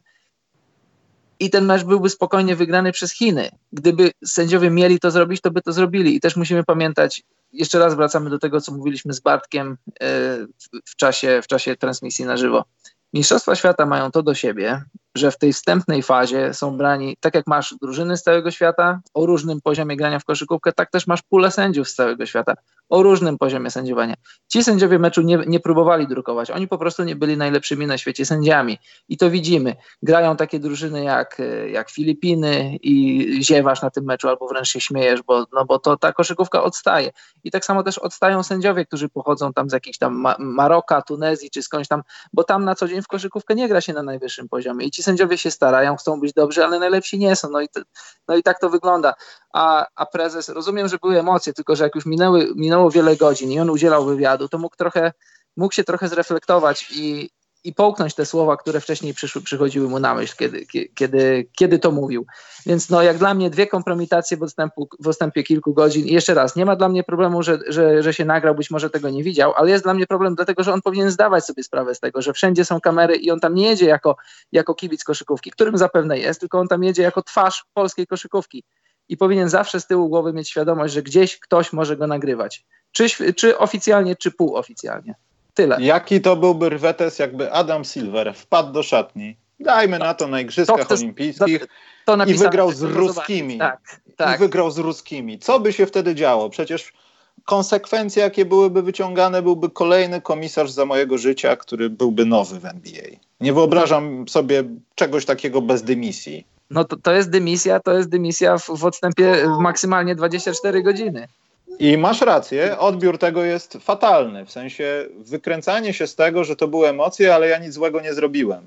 i ten mecz byłby spokojnie wygrany przez Chiny. Gdyby sędziowie mieli to zrobić, to by to zrobili. I też musimy pamiętać, jeszcze raz wracamy do tego, co mówiliśmy z Bartkiem w czasie, w czasie transmisji na żywo. Mistrzostwa świata mają to do siebie, że w tej wstępnej fazie są brani, tak jak masz drużyny z całego świata o różnym poziomie grania w koszykówkę, tak też masz pulę sędziów z całego świata o różnym poziomie sędziowania. Ci sędziowie meczu nie, nie próbowali drukować, oni po prostu nie byli najlepszymi na świecie sędziami i to widzimy. Grają takie drużyny jak, jak Filipiny i ziewasz na tym meczu albo wręcz się śmiejesz, bo, no bo to ta koszykówka odstaje. I tak samo też odstają sędziowie, którzy pochodzą tam z jakichś tam Ma- Maroka, Tunezji czy skądś tam, bo tam na co dzień w koszykówkę nie gra się na najwyższym poziomie i ci sędziowie się starają, chcą być dobrzy, ale najlepsi nie są. No i, to, no i tak to wygląda. A, a prezes, rozumiem, że były emocje, tylko że jak już minęły, minęło wiele godzin i on udzielał wywiadu, to mógł trochę, mógł się trochę zreflektować i, i połknąć te słowa, które wcześniej przyszły, przychodziły mu na myśl, kiedy, kiedy, kiedy to mówił. Więc no jak dla mnie dwie kompromitacje w odstępu, w odstępie kilku godzin. I jeszcze raz, nie ma dla mnie problemu, że, że, że się nagrał, być może tego nie widział, ale jest dla mnie problem dlatego, że on powinien zdawać sobie sprawę z tego, że wszędzie są kamery i on tam nie jedzie jako, jako kibic koszykówki, którym zapewne jest, tylko on tam jedzie jako twarz polskiej koszykówki. I powinien zawsze z tyłu głowy mieć świadomość, że gdzieś ktoś może go nagrywać. Czy, czy oficjalnie, czy półoficjalnie. Tyle. Jaki to byłby rwetes, jakby Adam Silver wpadł do szatni, dajmy na to na Igrzyskach to, Olimpijskich to, to i wygrał z ruskimi. Tak, tak. I wygrał z ruskimi. Co by się wtedy działo? Przecież konsekwencje, jakie byłyby wyciągane, byłby kolejny komisarz za mojego życia, który byłby nowy w N B A. Nie wyobrażam sobie czegoś takiego bez dymisji. No to, to jest dymisja, to jest dymisja w, w odstępie maksymalnie dwadzieścia cztery godziny. I masz rację, odbiór tego jest fatalny, w sensie wykręcanie się z tego, że to były emocje, ale ja nic złego nie zrobiłem.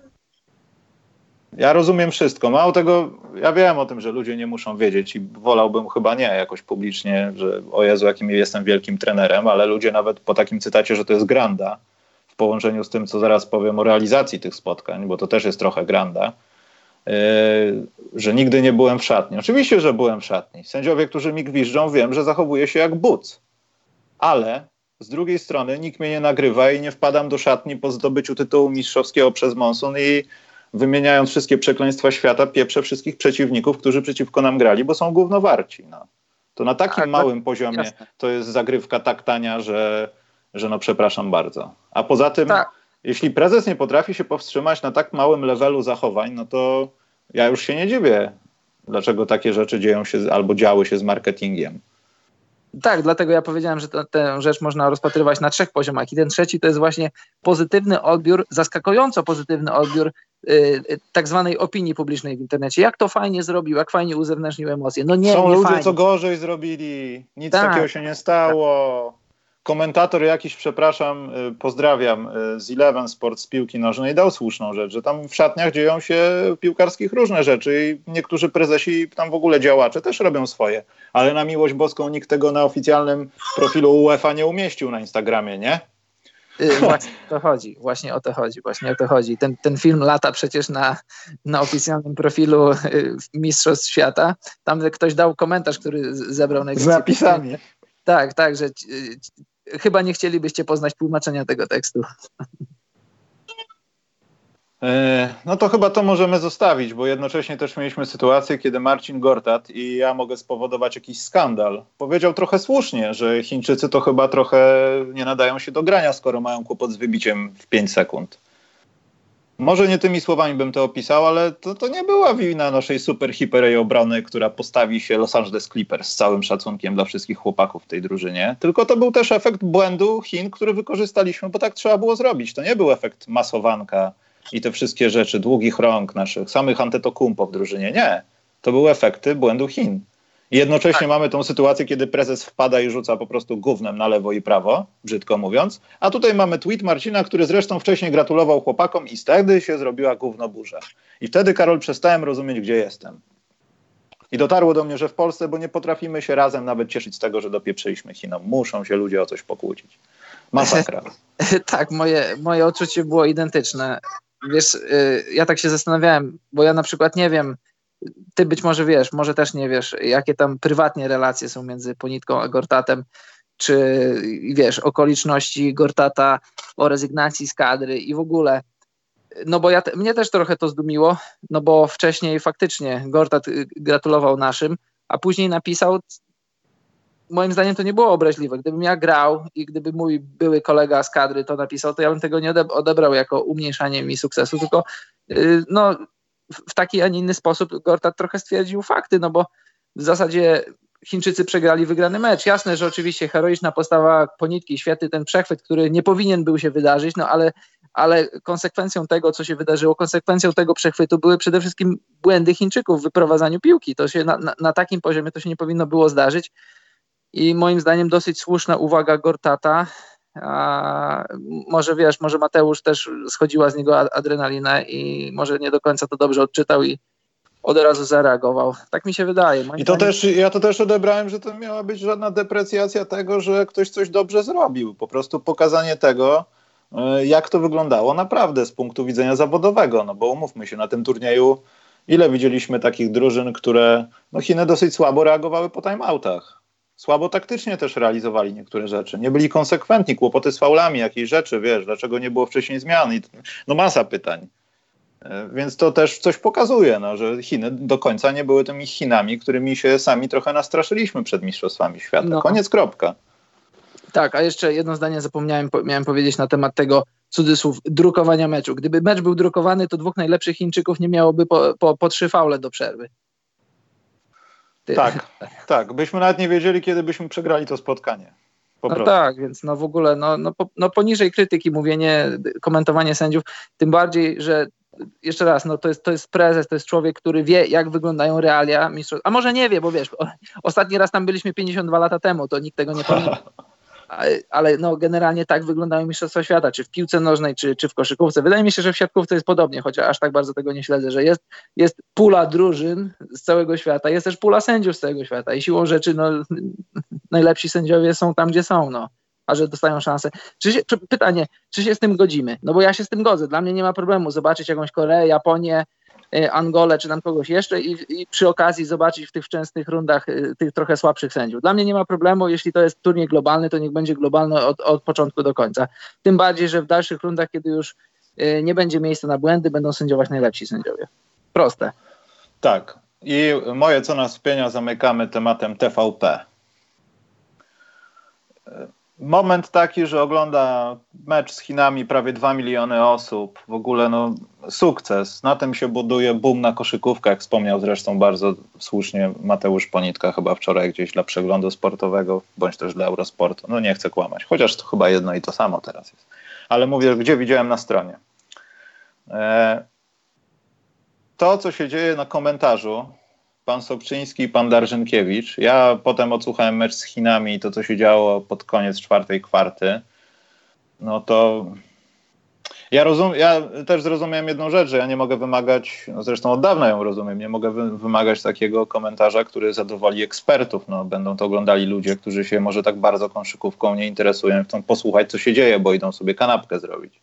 Ja rozumiem wszystko. Mało tego, ja wiem o tym, że ludzie nie muszą wiedzieć i wolałbym chyba nie jakoś publicznie, że o Jezu, jakim jestem wielkim trenerem, ale ludzie nawet po takim cytacie, że to jest granda, w połączeniu z tym, co zaraz powiem o realizacji tych spotkań, bo to też jest trochę granda, yy, że nigdy nie byłem w szatni. Oczywiście, że byłem w szatni. Sędziowie, którzy mi gwiżdżą, wiem, że zachowuję się jak buc. Ale z drugiej strony nikt mnie nie nagrywa i nie wpadam do szatni po zdobyciu tytułu mistrzowskiego przez Monsun i wymieniając wszystkie przekleństwa świata, pieprzę wszystkich przeciwników, którzy przeciwko nam grali, bo są gównowarci. No. To na takim tak, małym poziomie jasne. To jest zagrywka tak tania, że, że no przepraszam bardzo. A poza tym, tak. jeśli prezes nie potrafi się powstrzymać na tak małym levelu zachowań, no to ja już się nie dziwię, dlaczego takie rzeczy dzieją się albo działy się z marketingiem. Tak, dlatego ja powiedziałem, że to, tę rzecz można rozpatrywać na trzech poziomach i ten trzeci to jest właśnie pozytywny odbiór, zaskakująco pozytywny odbiór yy, tak zwanej opinii publicznej w internecie. Jak to fajnie zrobił, jak fajnie uzewnętrznił emocje. No nie, Są nie ludzie, fajnie. co gorzej zrobili, nic tak. takiego się nie stało. Komentator jakiś, przepraszam, pozdrawiam, z Eleven Sports z piłki nożnej dał słuszną rzecz, że tam w szatniach dzieją się piłkarskich różne rzeczy i niektórzy prezesi, tam w ogóle działacze też robią swoje, ale na miłość boską nikt tego na oficjalnym profilu UEFA nie umieścił na Instagramie, nie? Właśnie o to chodzi, właśnie o to chodzi, właśnie o to chodzi. Ten, ten film lata przecież na, na oficjalnym profilu Mistrzostw Świata. Tam ktoś dał komentarz, który zebrał najwięcej... Z napisami. Tak, tak, że chyba nie chcielibyście poznać tłumaczenia tego tekstu. No to chyba to możemy zostawić, bo jednocześnie też mieliśmy sytuację, kiedy Marcin Gortat, i ja mogę spowodować jakiś skandal, powiedział trochę słusznie, że Chińczycy to chyba trochę nie nadają się do grania, skoro mają kłopot z wybiciem w pięć sekund. Może nie tymi słowami bym to opisał, ale to, to nie była wina naszej super hiperej obrony, która postawi się Los Angeles Clippers z całym szacunkiem dla wszystkich chłopaków w tej drużynie. Tylko to był też efekt błędu Chin, który wykorzystaliśmy, bo tak trzeba było zrobić. To nie był efekt masowanka i te wszystkie rzeczy, długich rąk naszych, samych Antetokounmpo w drużynie. Nie. To były efekty błędu Chin. I jednocześnie tak. mamy tą sytuację, kiedy prezes wpada i rzuca po prostu gównem na lewo i prawo, brzydko mówiąc. A tutaj mamy tweet Marcina, który zresztą wcześniej gratulował chłopakom i wtedy się zrobiła gównoburza. I wtedy, Karol, przestałem rozumieć, gdzie jestem. I dotarło do mnie, że w Polsce, bo nie potrafimy się razem nawet cieszyć z tego, że dopieprzyliśmy Chinom. Muszą się ludzie o coś pokłócić. Masakra. Tak, moje, moje odczucie było identyczne. Wiesz, ja tak się zastanawiałem, bo ja na przykład nie wiem, ty być może wiesz, może też nie wiesz, jakie tam prywatnie relacje są między Ponitką a Gortatem, czy wiesz, okoliczności Gortata o rezygnacji z kadry i w ogóle. No bo ja te, mnie też trochę to zdumiło, no bo wcześniej faktycznie Gortat gratulował naszym, a później napisał, moim zdaniem to nie było obraźliwe. Gdybym ja grał i gdyby mój były kolega z kadry to napisał, to ja bym tego nie odebrał jako umniejszanie mi sukcesu, tylko yy, no w taki, a nie inny sposób Gortat trochę stwierdził fakty, no bo w zasadzie Chińczycy przegrali wygrany mecz. Jasne, że oczywiście heroiczna postawa Ponitki, świetny ten przechwyt, który nie powinien był się wydarzyć, no ale, ale konsekwencją tego, co się wydarzyło, konsekwencją tego przechwytu były przede wszystkim błędy Chińczyków w wyprowadzaniu piłki. To się na, na, na takim poziomie to się nie powinno było zdarzyć i moim zdaniem dosyć słuszna uwaga Gortata. A może wiesz, może Mateusz też schodziła z niego adrenalina i może nie do końca to dobrze odczytał i od razu zareagował. Tak mi się wydaje. I to też, ja to też odebrałem, że to miała być żadna deprecjacja tego, że ktoś coś dobrze zrobił. Po prostu pokazanie tego, jak to wyglądało naprawdę z punktu widzenia zawodowego. No bo umówmy się, na tym turnieju ile widzieliśmy takich drużyn, które no Chiny dosyć słabo reagowały po timeoutach. Słabo taktycznie też realizowali niektóre rzeczy. Nie byli konsekwentni, kłopoty z faulami, jakieś rzeczy, wiesz, dlaczego nie było wcześniej zmian. I, no masa pytań. Więc to też coś pokazuje, no, że Chiny do końca nie były tymi Chinami, którymi się sami trochę nastraszyliśmy przed Mistrzostwami Świata. No. Koniec, kropka. Tak, a jeszcze jedno zdanie zapomniałem miałem powiedzieć na temat tego, cudzysłów, drukowania meczu. Gdyby mecz był drukowany, to dwóch najlepszych Chińczyków nie miałoby po, po, po trzy faule do przerwy. Ty. Tak, tak. Byśmy nawet nie wiedzieli, kiedy byśmy przegrali to spotkanie. Po no prostu. Tak, więc no w ogóle no, no, po, no poniżej krytyki mówienie, komentowanie sędziów, tym bardziej, że jeszcze raz, no to jest, to jest prezes, to jest człowiek, który wie, jak wyglądają realia mistrzostw. A może nie wie, bo wiesz, ostatni raz tam byliśmy pięćdziesiąt dwa lata temu, to nikt tego nie pamięta. Ale no generalnie tak wyglądają mistrzostwa świata, czy w piłce nożnej, czy, czy w koszykówce. Wydaje mi się, że w siatkówce jest podobnie, chociaż aż tak bardzo tego nie śledzę, że jest, jest pula drużyn z całego świata, jest też pula sędziów z całego świata i siłą rzeczy no, najlepsi sędziowie są tam, gdzie są, no, a że dostają szansę. Czy się, czy, pytanie, czy się z tym godzimy? No bo ja się z tym godzę, dla mnie nie ma problemu zobaczyć jakąś Koreę, Japonię, Angolę, czy tam kogoś jeszcze i, i przy okazji zobaczyć w tych wczesnych rundach y, tych trochę słabszych sędziów. Dla mnie nie ma problemu, jeśli to jest turniej globalny, to niech będzie globalny od, od początku do końca. Tym bardziej, że w dalszych rundach, kiedy już y, nie będzie miejsca na błędy, będą sędziować najlepsi sędziowie. Proste. Tak. I moje co nas wpienia zamykamy tematem T V P. Moment taki, że ogląda mecz z Chinami prawie dwa miliony osób. W ogóle no, sukces. Na tym się buduje boom na koszykówkę, jak wspomniał zresztą bardzo słusznie Mateusz Ponitka chyba wczoraj gdzieś dla przeglądu sportowego, bądź też dla Eurosportu. No nie chcę kłamać, chociaż to chyba jedno i to samo teraz jest. Ale mówię, gdzie widziałem na stronie. E, to, co się dzieje na komentarzu, pan Sobczyński i pan Darżynkiewicz. Ja potem odsłuchałem mecz z Chinami i to, co się działo pod koniec czwartej kwarty. No to ja, rozum, ja też zrozumiałem jedną rzecz, że ja nie mogę wymagać, no zresztą od dawna ją rozumiem, nie mogę wy, wymagać takiego komentarza, który zadowoli ekspertów. No, będą to oglądali ludzie, którzy się może tak bardzo koszykówką nie interesują, chcą posłuchać, co się dzieje, bo idą sobie kanapkę zrobić.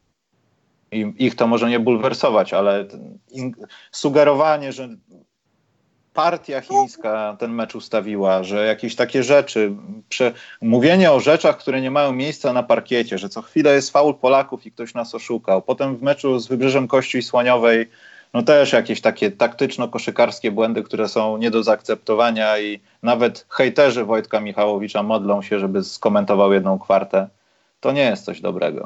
I ich to może nie bulwersować, ale in, sugerowanie, że partia chińska ten mecz ustawiła, że jakieś takie rzeczy, prze, mówienie o rzeczach, które nie mają miejsca na parkiecie, że co chwilę jest faul Polaków i ktoś nas oszukał. Potem w meczu z Wybrzeżem Kości Słoniowej no też jakieś takie taktyczno-koszykarskie błędy, które są nie do zaakceptowania i nawet hejterzy Wojtka Michałowicza modlą się, żeby skomentował jedną kwartę. To nie jest coś dobrego.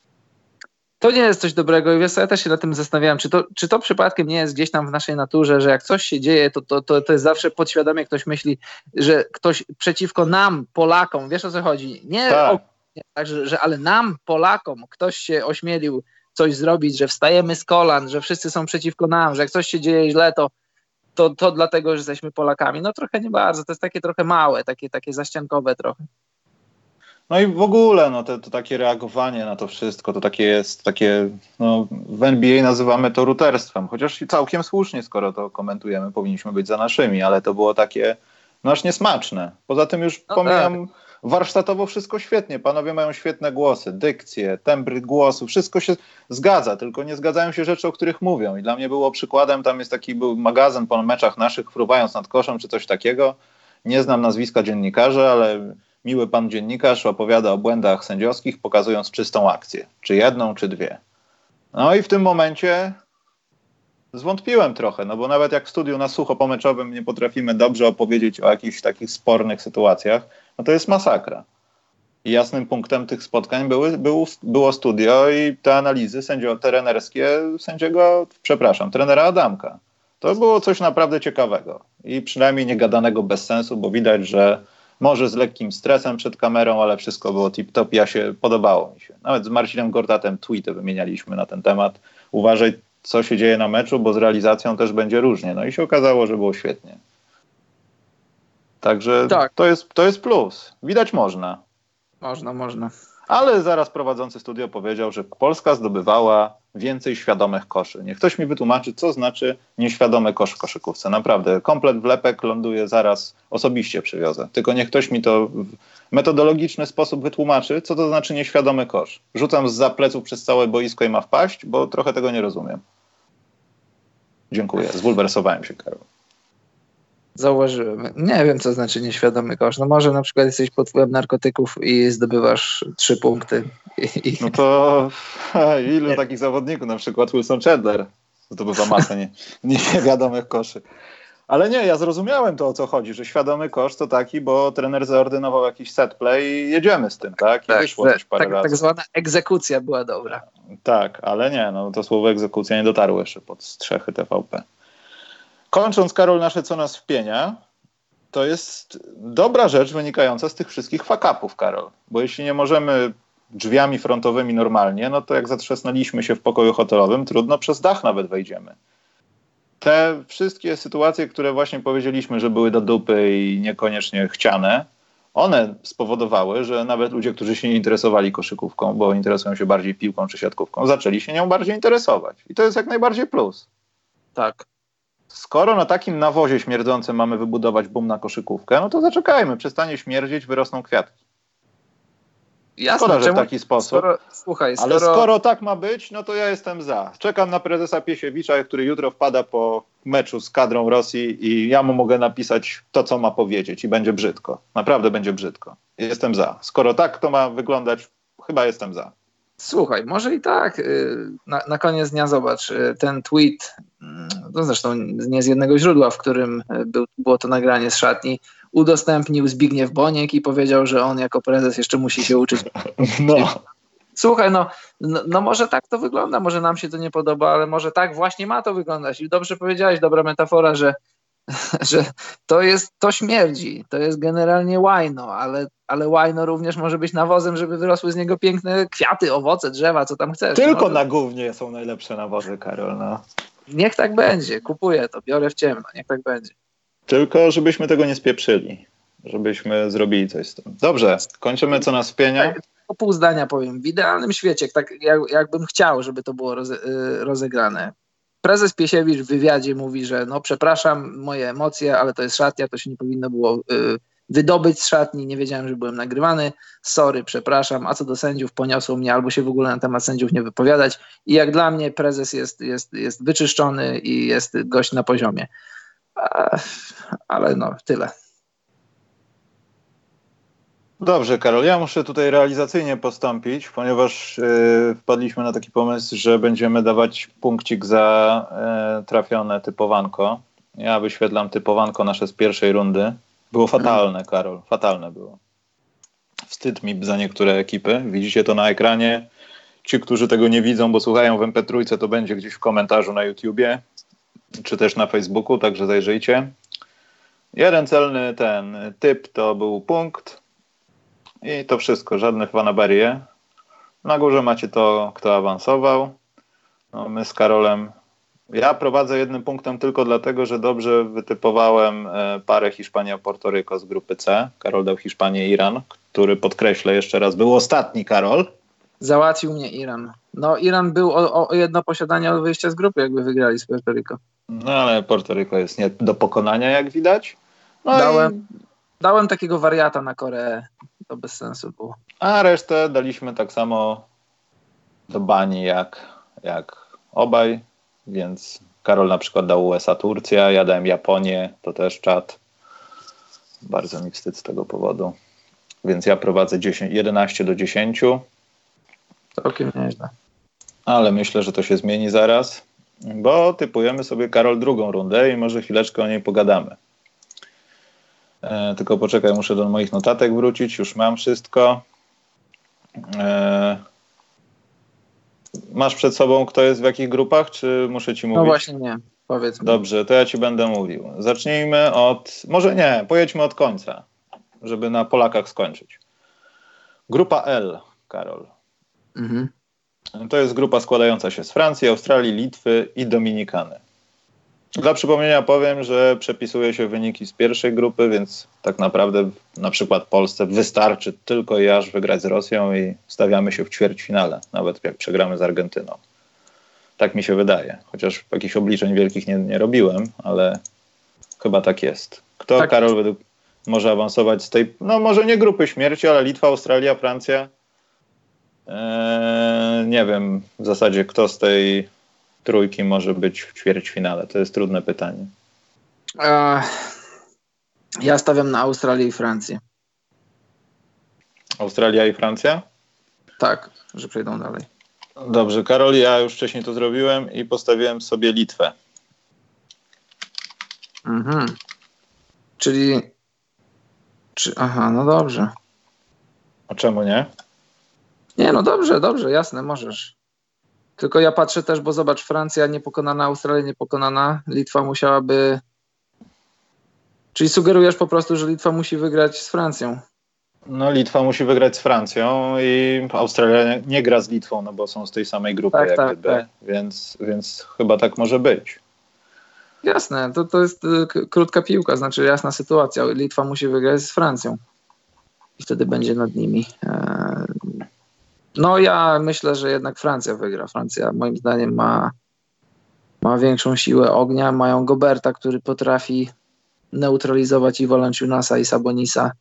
To nie jest coś dobrego i wiesz co, ja też się nad tym zastanawiałem, czy to, czy to przypadkiem nie jest gdzieś tam w naszej naturze, że jak coś się dzieje, to, to, to, to jest zawsze podświadomie ktoś myśli, że ktoś przeciwko nam, Polakom, wiesz o co chodzi? Nie, tak. o, nie że, że ale nam, Polakom, ktoś się ośmielił coś zrobić, że wstajemy z kolan, że wszyscy są przeciwko nam, że jak coś się dzieje źle, to, to, to dlatego, że jesteśmy Polakami. No trochę nie bardzo, to jest takie trochę małe, takie, takie zaściankowe trochę. No i w ogóle no, to, to takie reagowanie na to wszystko, to takie jest, takie, no, w N B A nazywamy to ruterstwem, chociaż całkiem słusznie, skoro to komentujemy, powinniśmy być za naszymi, ale to było takie, no aż niesmaczne. Poza tym już no pomijam, tak. Warsztatowo wszystko świetnie, panowie mają świetne głosy, dykcje, tembry głosu, wszystko się zgadza, tylko nie zgadzają się rzeczy, o których mówią i dla mnie było przykładem, tam jest taki był magazyn po meczach naszych, Fruwając nad koszem, czy coś takiego, nie znam nazwiska dziennikarza, ale miły pan dziennikarz opowiada o błędach sędziowskich, pokazując czystą akcję. Czy jedną, czy dwie. No i w tym momencie zwątpiłem trochę, no bo nawet jak w studiu na sucho pomeczowym nie potrafimy dobrze opowiedzieć o jakichś takich spornych sytuacjach, no to jest masakra. I jasnym punktem tych spotkań były, był, było studio i te analizy sędzio, trenerskie sędziego, przepraszam, trenera Adamka. To było coś naprawdę ciekawego i przynajmniej niegadanego bez sensu, bo widać, że może z lekkim stresem przed kamerą, ale wszystko było tip-top. Ja się, podobało mi się. Nawet z Marcinem Gortatem tweety wymienialiśmy na ten temat. Uważaj, co się dzieje na meczu, bo z realizacją też będzie różnie. No i się okazało, że było świetnie. Także tak. to, jest, to jest plus. Widać można. Można, można. Ale zaraz prowadzący studio powiedział, że Polska zdobywała więcej świadomych koszy. Niech ktoś mi wytłumaczy, co znaczy nieświadomy kosz w koszykówce. Naprawdę, komplet wlepek ląduje zaraz, osobiście przywiozę. Tylko niech ktoś mi to w metodologiczny sposób wytłumaczy, co to znaczy nieświadomy kosz. Rzucam zza pleców przez całe boisko i ma wpaść, bo trochę tego nie rozumiem. Dziękuję, zwulwersowałem się, Karol. Zauważyłem. Nie wiem, co znaczy nieświadomy kosz. No może na przykład jesteś pod wpływem narkotyków i zdobywasz trzy punkty. I... No to ilu takich zawodników, na przykład Wilson Chandler zdobywa masę nie, niewiadomych koszy. Ale nie, ja zrozumiałem to, o co chodzi, że świadomy koszt to taki, bo trener zaordynował jakiś set play i jedziemy z tym, tak? I tak, wyszło tak, coś parę tak, razy. tak zwana egzekucja była dobra. Tak, ale nie, no to słowo egzekucja nie dotarło jeszcze pod strzechy T V P. Kończąc, Karol, nasze co nas wpienia, to jest dobra rzecz wynikająca z tych wszystkich fuck-upów, Karol. Bo jeśli nie możemy drzwiami frontowymi normalnie, no to jak zatrzasnęliśmy się w pokoju hotelowym, trudno, przez dach nawet wejdziemy. Te wszystkie sytuacje, które właśnie powiedzieliśmy, że były do dupy i niekoniecznie chciane, one spowodowały, że nawet ludzie, którzy się nie interesowali koszykówką, bo interesują się bardziej piłką czy siatkówką, zaczęli się nią bardziej interesować. I to jest jak najbardziej plus. Tak. Skoro na takim nawozie śmierdzącym mamy wybudować boom na koszykówkę, no to zaczekajmy, przestanie śmierdzieć, wyrosną kwiatki. Jasne, Szkoda, że czemu? w taki sposób. Skoro, słuchaj, skoro... Ale skoro tak ma być, no to ja jestem za. Czekam na prezesa Piesiewicza, który jutro wpada po meczu z kadrą Rosji i ja mu mogę napisać to, co ma powiedzieć i będzie brzydko. Naprawdę będzie brzydko. Jestem za. Skoro tak to ma wyglądać, chyba jestem za. Słuchaj, może i tak. Na, na koniec dnia zobacz, ten tweet, to zresztą nie z jednego źródła, w którym był, było to nagranie z szatni, udostępnił Zbigniew Boniek i powiedział, że on jako prezes jeszcze musi się uczyć. No. Słuchaj, no, no, no może tak to wygląda, może nam się to nie podoba, ale może tak właśnie ma to wyglądać. I dobrze powiedziałeś, dobra metafora, że, że to jest, to śmierdzi, to jest generalnie łajno, ale, ale łajno również może być nawozem, żeby wyrosły z niego piękne kwiaty, owoce, drzewa, co tam chcesz. Tylko no. na gównie są najlepsze nawozy, Karol. No. Niech tak będzie, kupuję to, biorę w ciemno, niech tak będzie. Tylko żebyśmy tego nie spieprzyli, żebyśmy zrobili coś z tym. Dobrze, kończymy co nas wpienia. Tak, o pół zdania powiem. W idealnym świecie, tak jak, jakbym chciał, żeby to było roze, rozegrane. Prezes Piesiewicz w wywiadzie mówi, że no przepraszam, moje emocje, ale to jest szatnia, to się nie powinno było y, wydobyć z szatni, nie wiedziałem, że byłem nagrywany, sorry, przepraszam, a co do sędziów poniosło mnie, albo się w ogóle na temat sędziów nie wypowiadać i jak dla mnie prezes jest, jest, jest wyczyszczony i jest gość na poziomie. Ale no, tyle. Dobrze, Karol, ja muszę tutaj realizacyjnie postąpić, ponieważ yy, wpadliśmy na taki pomysł, że będziemy dawać punkcik za yy, trafione typowanko. Ja wyświetlam typowanko nasze z pierwszej rundy. Było fatalne, Karol, fatalne było. Wstyd mi za niektóre ekipy. Widzicie to na ekranie. Ci, którzy tego nie widzą, bo słuchają w em pe trzy, to będzie gdzieś w komentarzu na YouTubie, czy też na Facebooku, także zajrzyjcie. Jeden celny ten typ to był punkt i to wszystko, żadne fanaberie. Na górze macie to, kto awansował. No, my z Karolem, ja prowadzę jednym punktem tylko dlatego, że dobrze wytypowałem parę Hiszpania-Portoryko z grupy C. Karol dał Hiszpanię i Iran, który, podkreślę jeszcze raz, był ostatni, Karol. Załatwił mnie Iran. No Iran był o, o jedno posiadanie od wyjścia z grupy, jakby wygrali z Portoryko. No ale Portoryko jest nie do pokonania, jak widać. No dałem, i... dałem takiego wariata na Koreę. To bez sensu było. A resztę daliśmy tak samo do bani jak, jak obaj, więc Karol na przykład dał U S A Turcja, ja dałem Japonię, to też czat. Bardzo mi wstyd z tego powodu. Więc ja prowadzę dziesięć, jedenaście do dziesięciu. Całkiem nieźle. Ale myślę, że to się zmieni zaraz, bo typujemy sobie, Karol, drugą rundę i może chwileczkę o niej pogadamy. E, tylko poczekaj, muszę do moich notatek wrócić, już mam wszystko. E, masz przed sobą, kto jest w jakich grupach, czy muszę ci mówić? No właśnie nie, powiedz mi. Dobrze, to ja ci będę mówił. Zacznijmy od, może nie, pojedźmy od końca, żeby na Polakach skończyć. Grupa L, Karol. Mhm. To jest grupa składająca się z Francji, Australii, Litwy i Dominikany. Dla przypomnienia powiem, że przepisuje się wyniki z pierwszej grupy, więc tak naprawdę na przykład Polsce wystarczy tylko i aż wygrać z Rosją i stawiamy się w ćwierćfinale, nawet jak przegramy z Argentyną. Tak mi się wydaje, chociaż jakichś obliczeń wielkich nie, nie robiłem, ale chyba tak jest. Kto, tak. Karol, według może awansować z tej, no może nie grupy śmierci, ale Litwa, Australia, Francja? Eee, nie wiem w zasadzie, kto z tej trójki może być w ćwierćfinale. To jest trudne pytanie. Eee, ja stawiam na Australię i Francję. Australia i Francja? Tak, że przejdą dalej. Dobrze, Karol, ja już wcześniej to zrobiłem i postawiłem sobie Litwę. Mhm. Czyli... Czy, aha, no dobrze. A czemu nie? Nie, no dobrze, dobrze, jasne, możesz. Tylko ja patrzę też, bo zobacz, Francja niepokonana, Australia niepokonana, Litwa musiałaby... Czyli sugerujesz po prostu, że Litwa musi wygrać z Francją. No Litwa musi wygrać z Francją i Australia nie gra z Litwą, no bo są z tej samej grupy Tak, jak tak, gdyby, tak. Więc, więc chyba tak może być. Jasne, to, to jest y, k- krótka piłka, znaczy jasna sytuacja. Litwa musi wygrać z Francją i wtedy będzie nad nimi. E, No ja myślę, że jednak Francja wygra. Francja moim zdaniem ma, ma większą siłę ognia. Mają Goberta, który potrafi neutralizować i Valanciunasa i Sabonisa.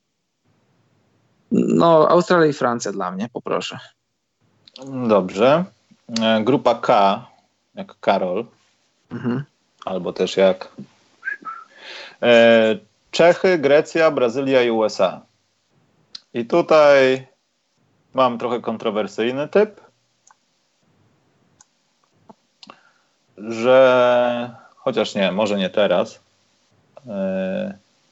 No Australia i Francja dla mnie, poproszę. Dobrze. E, Grupa K, jak Karol, Mhm. albo też jak e, Czechy, Grecja, Brazylia i U S A. I tutaj mam trochę kontrowersyjny typ, że chociaż nie, może nie teraz. E,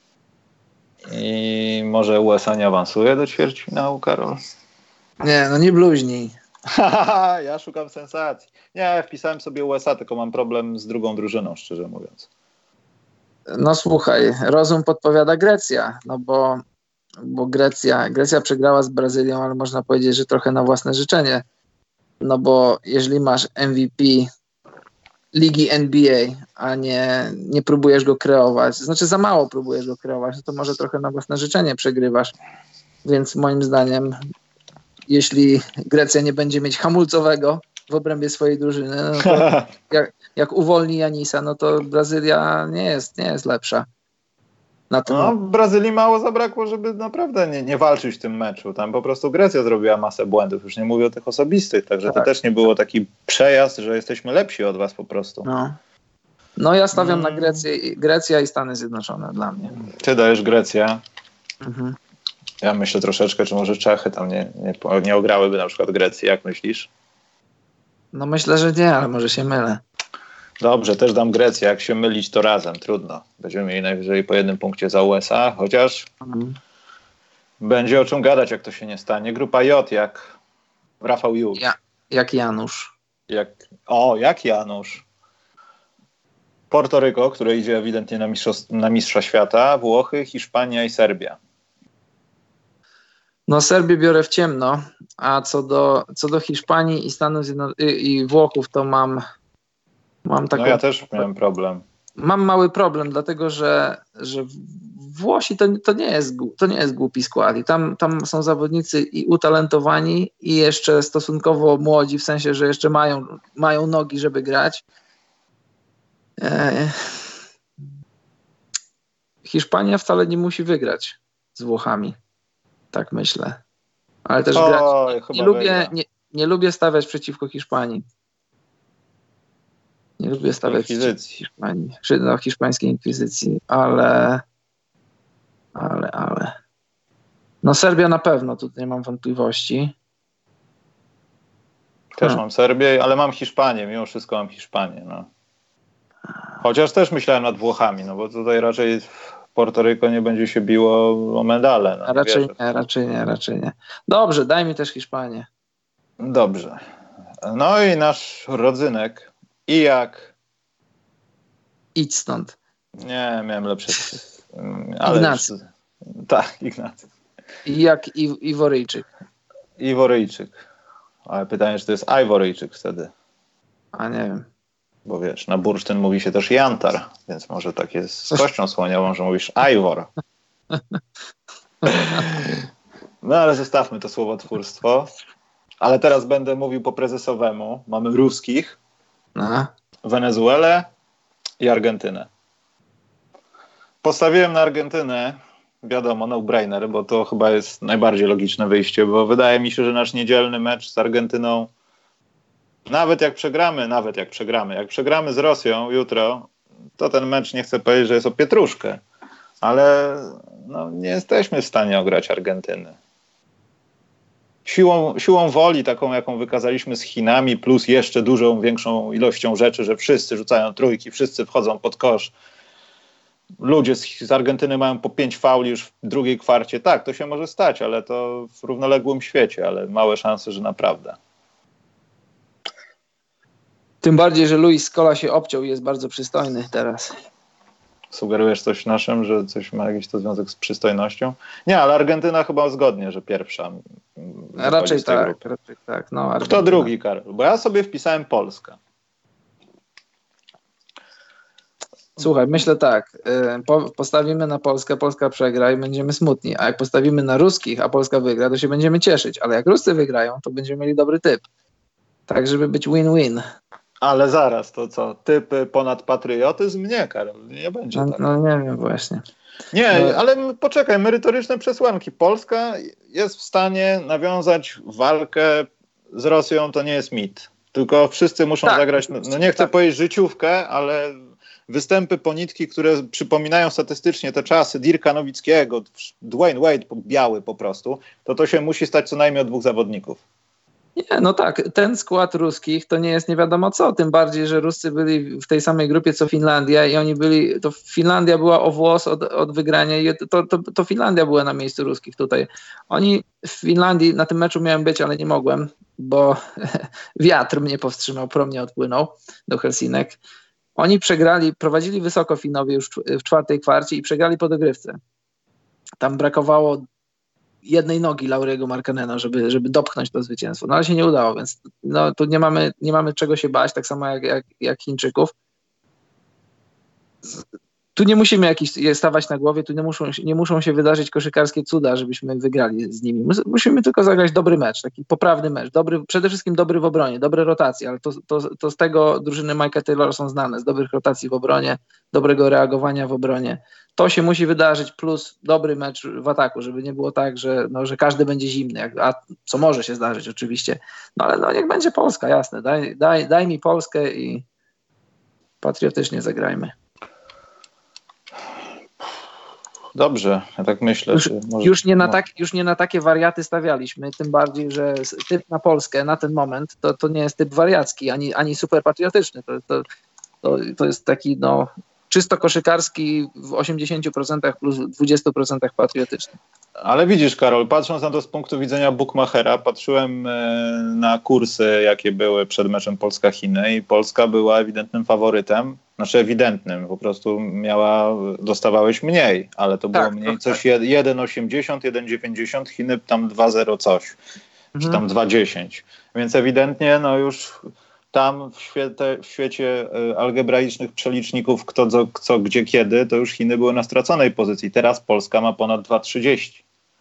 I może U S A nie awansuje do ćwierćfinału, Karol? Nie, no nie bluźnij. Ja szukam sensacji. Nie, wpisałem sobie U S A, tylko mam problem z drugą drużyną, szczerze mówiąc. No słuchaj, rozum podpowiada Grecja, no bo, bo Grecja, Grecja przegrała z Brazylią, ale można powiedzieć, że trochę na własne życzenie. No bo jeżeli masz M V P ligi N B A, a nie, nie próbujesz go kreować, znaczy za mało próbujesz go kreować, no to może trochę na własne życzenie przegrywasz. Więc moim zdaniem, jeśli Grecja nie będzie mieć hamulcowego w obrębie swojej drużyny, no to jak, jak uwolni Janisa, no to Brazylia nie jest, nie jest lepsza. Na tym No, Brazylii mało zabrakło, żeby naprawdę nie, nie walczyć w tym meczu. Tam po prostu Grecja zrobiła masę błędów, już nie mówię o tych osobistych, także tak. To też nie było taki przejazd, że jesteśmy lepsi od was po prostu. No, no ja stawiam mm. na Grecję, Grecja i Stany Zjednoczone dla mnie. Ty dajesz Grecję. Mhm. Ja myślę troszeczkę, czy może Czechy tam nie, nie, nie ograłyby na przykład Grecji, jak myślisz? No myślę, że nie, ale może się mylę. Dobrze, też dam Grecję. Jak się mylić, to razem. Trudno. Będziemy mieli najwyżej po jednym punkcie za U S A, chociaż Mhm. będzie o czym gadać, jak to się nie stanie. Grupa J, jak Rafał Już. Ja, jak Janusz. Jak, o, jak Janusz. Portoryko, które idzie ewidentnie na, na mistrza świata, Włochy, Hiszpania i Serbia. No Serbię biorę w ciemno, a co do, co do Hiszpanii i Stanów Zjednoczonych i, i Włochów, to mam mam taką... No ja też miałem problem. Mam mały problem, dlatego że, że Włosi to, to, nie jest, to nie jest głupi skład i tam, tam są zawodnicy i utalentowani i jeszcze stosunkowo młodzi, w sensie, że jeszcze mają, mają nogi, żeby grać. E... Hiszpania wcale nie musi wygrać z Włochami. Tak myślę. Ale też o, grać. Chyba Nie lubię, nie, nie lubię stawiać przeciwko Hiszpanii. Nie lubię stawiać Inkwizycji. Hiszpanii, no, hiszpańskiej inkwizycji, ale, ale, ale. No Serbia na pewno, tutaj nie mam wątpliwości. Też Hmm. mam Serbię, ale mam Hiszpanię, mimo wszystko mam Hiszpanię. No. Chociaż też myślałem nad Włochami, no bo tutaj raczej Portoryko nie będzie się biło o medale. No, nie raczej wierzę. nie, raczej nie, raczej nie. Dobrze, daj mi też Hiszpanię. Dobrze. No i nasz rodzynek. I jak? Idź stąd. Nie, miałem lepsze. Ale Ignacy. już... Tak, Ignacy. I jak I, Iworyjczyk. Iworyjczyk. Ale pytanie, czy to jest Iworyjczyk wtedy? A nie wiem. Bo wiesz, na bursztyn mówi się też Jantar, więc może tak jest z kością słoniową, że mówisz Iwor. No ale zostawmy to słowotwórstwo. Ale teraz będę mówił po prezesowemu. Mamy ruskich, No. Wenezuelę i Argentynę. Postawiłem na Argentynę, wiadomo, no-brainer, bo to chyba jest najbardziej logiczne wyjście, bo wydaje mi się, że nasz niedzielny mecz z Argentyną, nawet jak przegramy, nawet jak przegramy, jak przegramy z Rosją jutro, to ten mecz, nie chcę powiedzieć, że jest o pietruszkę, ale no, nie jesteśmy w stanie ograć Argentyny. Siłą, siłą woli, taką jaką wykazaliśmy z Chinami, plus jeszcze dużą, większą ilością rzeczy, że wszyscy rzucają trójki, wszyscy wchodzą pod kosz. ludzie z, z Argentyny mają po pięć fauli już w drugiej kwarcie. Tak, to się może stać, ale to w równoległym świecie, ale małe szanse, że naprawdę. Tym bardziej, że Luis Scola się obciął i jest bardzo przystojny teraz. Sugerujesz coś naszym, że coś ma jakiś to związek z przystojnością? Nie, ale Argentyna chyba zgodnie, że pierwsza. Raczej tak, raczej tak. No, Kto drugi, Karol? Bo ja sobie wpisałem Polskę. Słuchaj, myślę tak, po, postawimy na Polskę, Polska przegra i będziemy smutni, a jak postawimy na ruskich, a Polska wygra, to się będziemy cieszyć, ale jak Ruscy wygrają, to będziemy mieli dobry typ. Tak, żeby być win-win. Ale zaraz, to co? Typy ponad patriotyzm? Nie, Karol, nie będzie no, tak. No nie wiem właśnie. Nie, no. ale poczekaj, merytoryczne przesłanki. Polska jest w stanie nawiązać walkę z Rosją, to nie jest mit. Tylko wszyscy muszą tak, zagrać, no, no nie chcę tak. powiedzieć życiówkę, ale występy ponitki, które przypominają statystycznie te czasy Dirka Nowickiego, Dwayne Wade biały po prostu, to to się musi stać co najmniej od dwóch zawodników. Nie, no tak, ten skład ruskich to nie jest nie wiadomo co, tym bardziej, że Ruscy byli w tej samej grupie co Finlandia i oni byli, to Finlandia była o włos od, od wygrania i to, to, to Finlandia była na miejscu ruskich tutaj. Oni w Finlandii, na tym meczu miałem być, ale nie mogłem, bo wiatr mnie powstrzymał, prom mnie odpłynął do Helsinek. Oni przegrali, prowadzili wysoko Finowie już w czwartej kwarcie i przegrali po dogrywce. Tam brakowało jednej nogi Lauriego Markkanena, żeby, żeby dopchnąć to zwycięstwo. No ale się nie udało, więc no, tu nie mamy, nie mamy czego się bać, tak samo jak, jak, jak Chińczyków. Tu nie musimy jakiś stawać na głowie, tu nie muszą, nie muszą się wydarzyć koszykarskie cuda, żebyśmy wygrali z nimi. Musimy tylko zagrać dobry mecz, taki poprawny mecz, dobry, przede wszystkim dobry w obronie, dobre rotacje, ale to, to, to z tego drużyny Mike'a Taylora są znane, z dobrych rotacji w obronie, dobrego reagowania w obronie. To się musi wydarzyć, plus dobry mecz w ataku, żeby nie było tak, że, no, że każdy będzie zimny, jak, a co może się zdarzyć oczywiście. No ale no, niech będzie Polska, jasne. Daj, daj, daj mi Polskę i patriotycznie zagrajmy. Dobrze, ja tak myślę. Już, może, już, nie na no. tak, już nie na takie wariaty stawialiśmy, tym bardziej, że typ na Polskę na ten moment to, to nie jest typ wariacki, ani, ani super patriotyczny. To, to, to, to jest taki no, czysto koszykarski w osiemdziesiąt procent plus dwadzieścia procent patriotyczny. Ale widzisz, Karol, patrząc na to z punktu widzenia bookmachera, patrzyłem na kursy, jakie były przed meczem Polska-Chiny i Polska była ewidentnym faworytem. Znaczy ewidentnym, po prostu miała, dostawałeś mniej, ale to było tak, mniej, coś tak. jeden osiemdziesiąt, jeden dziewięćdziesiąt, Chiny tam dwa zero coś, mhm. czy tam dwa dziesięć. Więc ewidentnie no już tam w świecie, w świecie algebraicznych przeliczników kto, co, co, gdzie, kiedy, to już Chiny były na straconej pozycji. Teraz Polska ma ponad dwa trzydzieści.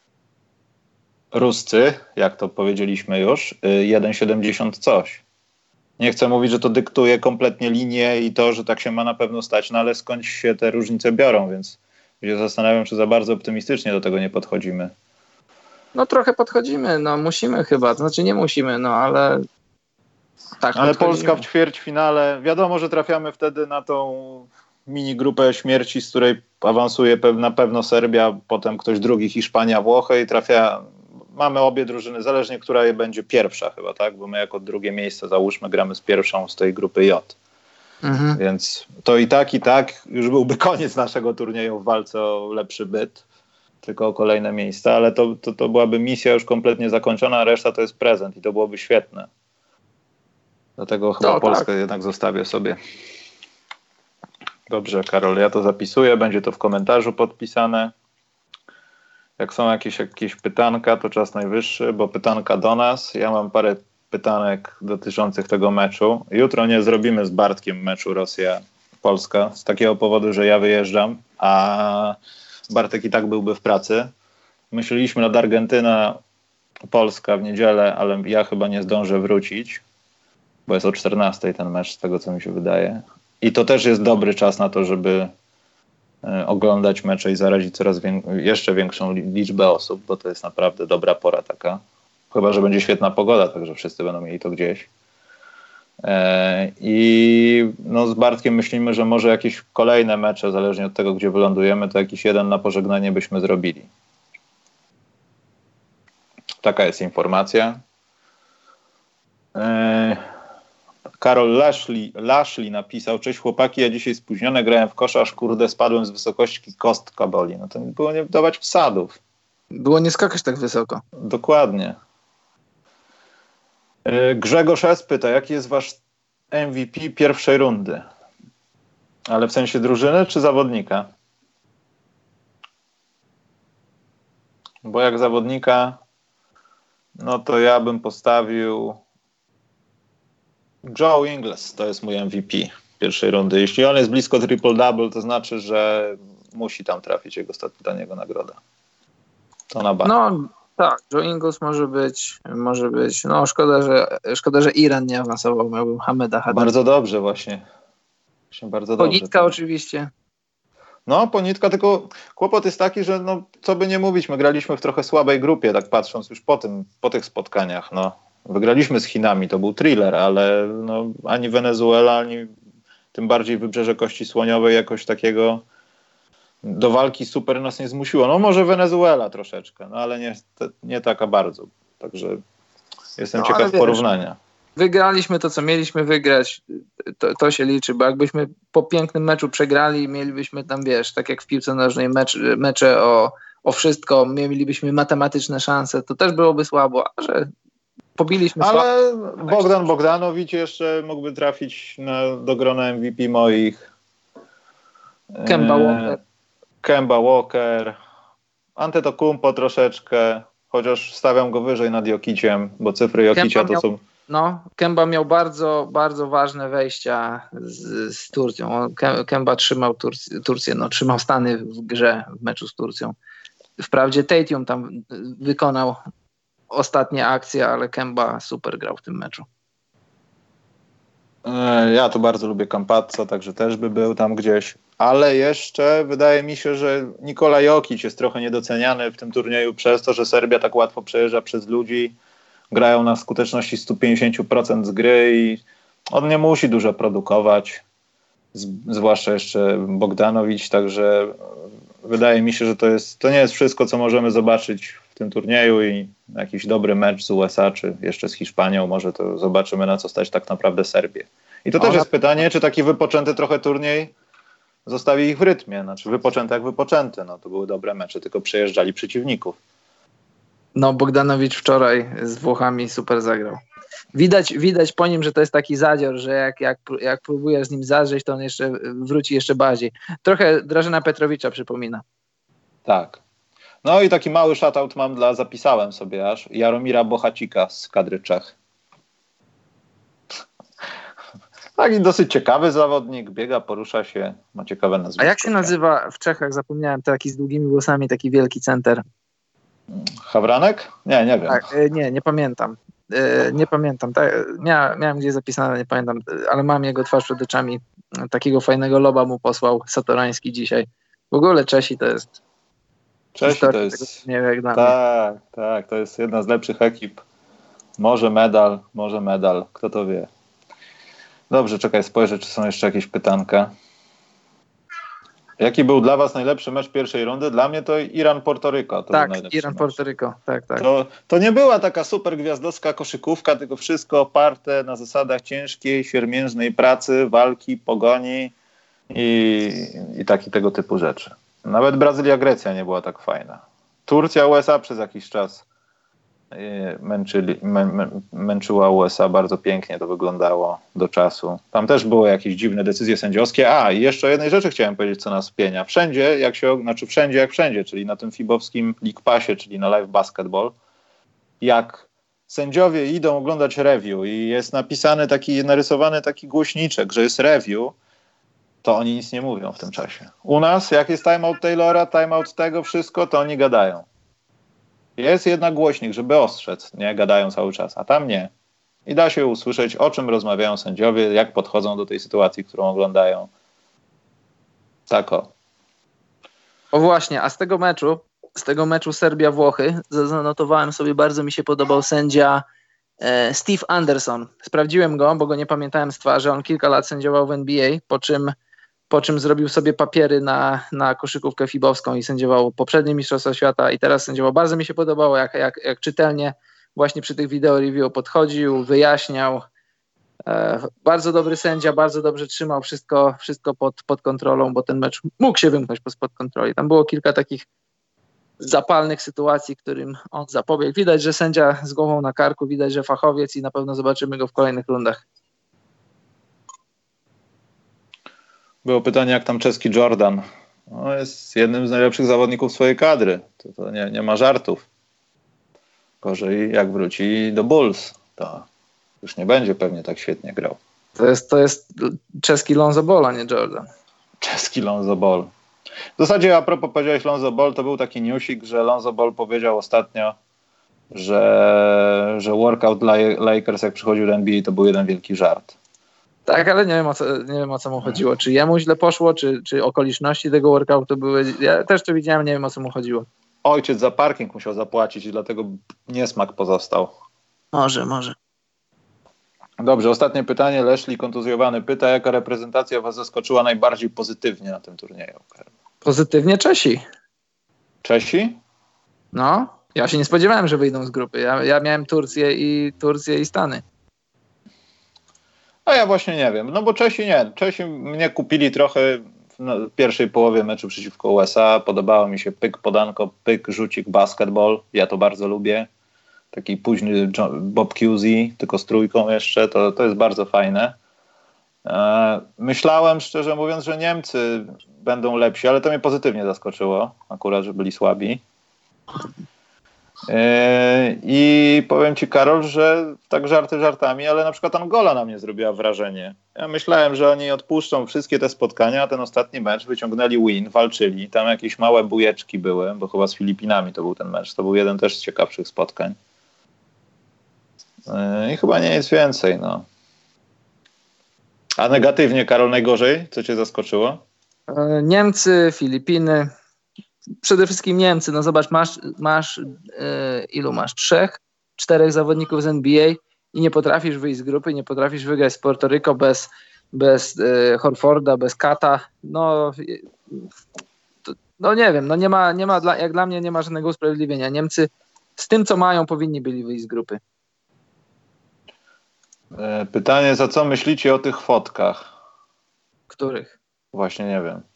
Ruscy, jak to powiedzieliśmy już, jeden siedemdziesiąt coś. Nie chcę mówić, że to dyktuje kompletnie linię i to, że tak się ma na pewno stać, no ale skąd się te różnice biorą, więc się zastanawiam, czy za bardzo optymistycznie do tego nie podchodzimy. No trochę podchodzimy, no musimy chyba, to znaczy nie musimy, no ale tak. Ale Polska w ćwierćfinale, wiadomo, że trafiamy wtedy na tą mini grupę śmierci, z której awansuje na pewno Serbia, potem ktoś drugi, Hiszpania, Włochy i trafia... Mamy obie drużyny, zależnie która będzie pierwsza chyba, tak? Bo my jako drugie miejsce, załóżmy, gramy z pierwszą z tej grupy J. Mhm. Więc to i tak, i tak już byłby koniec naszego turnieju w walce o lepszy byt, tylko o kolejne miejsca, ale to, to, to byłaby misja już kompletnie zakończona, a reszta to jest prezent i to byłoby świetne. Dlatego chyba to, Polskę tak. jednak zostawię sobie. Dobrze, Karol, ja to zapisuję, będzie to w komentarzu podpisane. Jak są jakieś, jakieś pytanka, to czas najwyższy, bo pytanka do nas. Ja mam parę pytanek dotyczących tego meczu. Jutro nie zrobimy z Bartkiem meczu Rosja-Polska z takiego powodu, że ja wyjeżdżam, a Bartek i tak byłby w pracy. Myśleliśmy nad Argentyna-Polska w niedzielę, ale ja chyba nie zdążę wrócić, bo jest o czternastej ten mecz, z tego co mi się wydaje. I to też jest dobry czas na to, żeby oglądać mecze i zarazić coraz wię- jeszcze większą liczbę osób, bo to jest naprawdę dobra pora taka. Chyba że będzie świetna pogoda, także wszyscy będą mieli to gdzieś. E, I no z Bartkiem myślimy, że może jakieś kolejne mecze, zależnie od tego, gdzie wylądujemy, to jakiś jeden na pożegnanie byśmy zrobili. Taka jest informacja. E, Karol Lashley, Lashley napisał: cześć chłopaki, ja dzisiaj spóźniony grałem w kosza, aż kurde spadłem z wysokości, kostka boli. No to było nie dawać wsadów. Było nie skakać tak wysoko. Dokładnie. Grzegorz S. pyta, jaki jest wasz M V P pierwszej rundy? Ale w sensie drużyny czy zawodnika? Bo jak zawodnika, no to ja bym postawił Joe Ingles, to jest mój M V P pierwszej rundy. Jeśli on jest blisko triple-double, to znaczy, że musi tam trafić jego dla niego nagroda. To na bank. No tak, Joe Ingles może być, może być. No szkoda, że szkoda, że Iran nie awansował, miałbym Hameda Haddad. Bardzo dobrze właśnie. właśnie bardzo dobrze. Ponitka oczywiście. No, Ponitka, tylko kłopot jest taki, że no, co by nie mówić, my graliśmy w trochę słabej grupie, tak patrząc już po tym, po tych spotkaniach, no. Wygraliśmy z Chinami, to był thriller, ale no, ani Wenezuela, ani tym bardziej Wybrzeże Kości Słoniowej jakoś takiego do walki super nas nie zmusiło. No może Wenezuela troszeczkę, no ale nie, nie taka bardzo. Także jestem no, ciekaw porównania. Wiesz, wygraliśmy to, co mieliśmy wygrać. To, to się liczy, bo jakbyśmy po pięknym meczu przegrali, mielibyśmy tam, wiesz, tak jak w piłce nożnej mecz, mecze o, o wszystko, mielibyśmy matematyczne szanse, to też byłoby słabo, a że pobiliśmy ale słabo. Bogdan Bogdanowicz jeszcze mógłby trafić na, do grona M V P moich. Kemba Walker. Kemba Walker. Antetokounmpo troszeczkę, chociaż stawiam go wyżej nad Jokiciem, bo cyfry Jokicia to miał, są... No, Kemba miał bardzo, bardzo ważne wejścia z, z Turcją. Kemba trzymał Turcję, Turcję, no trzymał Stany w grze w meczu z Turcją. Wprawdzie Tatum tam wykonał ostatnie akcje, ale Kemba super grał w tym meczu. Ja to bardzo lubię Campazzo, także też by był tam gdzieś. Ale jeszcze wydaje mi się, że Nikola Jokic jest trochę niedoceniany w tym turnieju przez to, że Serbia tak łatwo przejeżdża przez ludzi. Grają na skuteczności sto pięćdziesiąt procent z gry i on nie musi dużo produkować. Z, zwłaszcza jeszcze Bogdanowicz, także wydaje mi się, że to, jest, to nie jest wszystko, co możemy zobaczyć w tym turnieju i jakiś dobry mecz z U S A, czy jeszcze z Hiszpanią, może to zobaczymy, na co stać tak naprawdę Serbię. I to Ona... też jest pytanie, czy taki wypoczęty trochę turniej zostawi ich w rytmie. Znaczy wypoczęty jak wypoczęty, no to były dobre mecze, tylko przejeżdżali przeciwników. No Bogdanowicz wczoraj z Włochami super zagrał. Widać, widać po nim, że to jest taki zadzior, że jak, jak, jak próbujesz z nim zadrzeć, to on jeszcze wróci jeszcze bardziej. Trochę Drażena Petrowicza przypomina. Tak. No i taki mały shoutout mam dla, zapisałem sobie aż, Jaromira Bohacika z kadry Czech. Taki dosyć ciekawy zawodnik, biega, porusza się, ma ciekawe nazwisko. A jak się nazywa w Czechach, zapomniałem, taki z długimi włosami, taki wielki center? Hawranek? Nie, nie wiem. Tak, nie, nie pamiętam. Nie pamiętam. Mia, miałem gdzieś zapisane, nie pamiętam, ale mam jego twarz przed oczami. Takiego fajnego loba mu posłał Satorański dzisiaj. W ogóle Czesi to jest... Czesi to jest... Nie wiem jak dla tak, mnie. tak, to jest jedna z lepszych ekip. Może medal, może medal, kto to wie. Dobrze, czekaj, spojrzę, czy są jeszcze jakieś pytanka. Jaki był dla was najlepszy mecz pierwszej rundy? Dla mnie to Iran-Portoryko. To tak, był Iran-Portoryko. Tak, tak. To, to nie była taka super gwiazdowska koszykówka, tylko wszystko oparte na zasadach ciężkiej, siermiężnej pracy, walki, pogoni i, i taki tego typu rzeczy. Nawet Brazylia-Grecja nie była tak fajna. Turcja-U S A przez jakiś czas męczyli, mę, mę, męczyła U S A bardzo pięknie, to wyglądało do czasu. Tam też były jakieś dziwne decyzje sędziowskie. A, i jeszcze o jednej rzeczy chciałem powiedzieć, co nas pienia. Wszędzie, jak się, znaczy wszędzie jak wszędzie, czyli na tym fibowskim League Passie, czyli na Live Basketball, jak sędziowie idą oglądać review i jest napisany taki, narysowany taki głośniczek, że jest review, to oni nic nie mówią w tym czasie. U nas, jak jest timeout Taylora, timeout tego, wszystko, to oni gadają. Jest jednak głośnik, żeby ostrzec, nie? Gadają cały czas, a tam nie. I da się usłyszeć, o czym rozmawiają sędziowie, jak podchodzą do tej sytuacji, którą oglądają. Tak o. O właśnie, a z tego meczu, z tego meczu Serbia-Włochy, zanotowałem sobie, bardzo mi się podobał sędzia e, Steve Anderson. Sprawdziłem go, bo go nie pamiętałem z twarzy. On kilka lat sędziował w N B A, po czym po czym zrobił sobie papiery na, na koszykówkę fibowską i sędziował poprzednie Mistrzostwa Świata i teraz sędziował. Bardzo mi się podobało, jak, jak, jak czytelnie właśnie przy tych wideo review podchodził, wyjaśniał. E, bardzo dobry sędzia, bardzo dobrze trzymał wszystko, wszystko pod, pod kontrolą, bo ten mecz mógł się wymknąć spod kontroli. Tam było kilka takich zapalnych sytuacji, którym on zapobiegł. Widać, że sędzia z głową na karku, widać, że fachowiec i na pewno zobaczymy go w kolejnych rundach. Było pytanie, jak tam czeski Jordan. No, jest jednym z najlepszych zawodników swojej kadry. To, to nie, nie ma żartów. Gorzej jak wróci do Bulls, to już nie będzie pewnie tak świetnie grał. To jest, to jest czeski Lonzo Ball, a nie Jordan. Czeski Lonzo Ball. W zasadzie a propos powiedziałeś Lonzo Ball, to był taki newsik, że Lonzo Ball powiedział ostatnio, że, że workout Lakers jak przychodził do N B A to był jeden wielki żart. Tak, ale nie wiem o co, nie wiem o co mu chodziło. Czy jemu źle poszło, czy, czy okoliczności tego workoutu były... Ja też to widziałem, nie wiem o co mu chodziło. Ojciec za parking musiał zapłacić i dlatego niesmak pozostał. Może, może. Dobrze, ostatnie pytanie. Leszli kontuzjowany pyta, jaka reprezentacja was zaskoczyła najbardziej pozytywnie na tym turnieju? Pozytywnie Czesi. Czesi? No, ja się nie spodziewałem, że wyjdą z grupy. Ja, ja miałem Turcję i Turcję i Stany. A ja właśnie nie wiem, no bo Czesi nie. Czesi mnie kupili trochę w pierwszej połowie meczu przeciwko U S A. Podobało mi się pyk, podanko, pyk, rzucik, basketball. Ja to bardzo lubię. Taki późny Bob Cousy, tylko z trójką jeszcze. To, to jest bardzo fajne. E, myślałem, szczerze mówiąc, że Niemcy będą lepsi, ale to mnie pozytywnie zaskoczyło. Akurat, że byli słabi. I powiem ci, Karol, że tak żarty żartami, ale na przykład Angola na mnie zrobiła wrażenie. Ja myślałem, że oni odpuszczą wszystkie te spotkania, a ten ostatni mecz wyciągnęli win, walczyli. Tam jakieś małe bujeczki były, bo chyba z Filipinami to był ten mecz. To był jeden też z ciekawszych spotkań. I chyba nie jest więcej, no. A negatywnie, Karol, najgorzej? Co cię zaskoczyło? Niemcy, Filipiny. Przede wszystkim Niemcy, no zobacz, masz, masz yy, ilu masz? Trzech, czterech zawodników z N B A i nie potrafisz wyjść z grupy, nie potrafisz wygrać z Puerto Rico bez, bez yy, Horforda, bez Kata. No, to, no nie wiem, no nie ma, nie ma dla, jak dla mnie nie ma żadnego usprawiedliwienia. Niemcy z tym, co mają, powinni byli wyjść z grupy. Pytanie, za co myślicie o tych fotkach? Których? Właśnie nie wiem.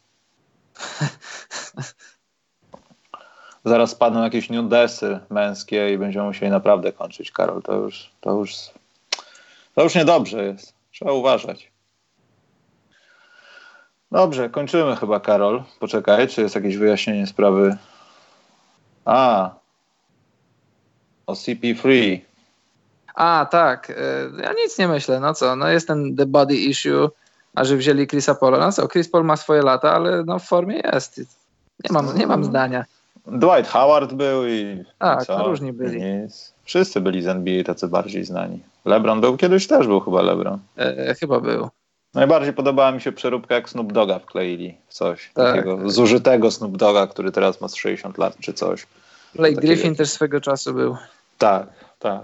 Zaraz spadną jakieś nudesy męskie i będziemy musieli naprawdę kończyć, Karol. To już, to już, to już niedobrze jest. Trzeba uważać. Dobrze, kończymy chyba, Karol. Poczekaj, czy jest jakieś wyjaśnienie sprawy? A, o C P trzy. A, tak. Ja nic nie myślę. No co, no jest ten the body issue, a że wzięli Chrisa Paula. No co, Chris Paul ma swoje lata, ale no w formie jest. Nie mam, nie mam zdania. Dwight Howard był i tak, i co? No różni byli. Nic. Wszyscy byli z N B A tacy bardziej znani. LeBron był kiedyś, też był chyba LeBron. E, chyba był. Najbardziej podobała mi się przeróbka, jak Snoop Dogga wkleili w coś. Tak. Takiego zużytego Snoop Dogga, który teraz ma sześćdziesiąt lat czy coś. Blake Takie Griffin wiecie. też swego czasu był. Tak, tak.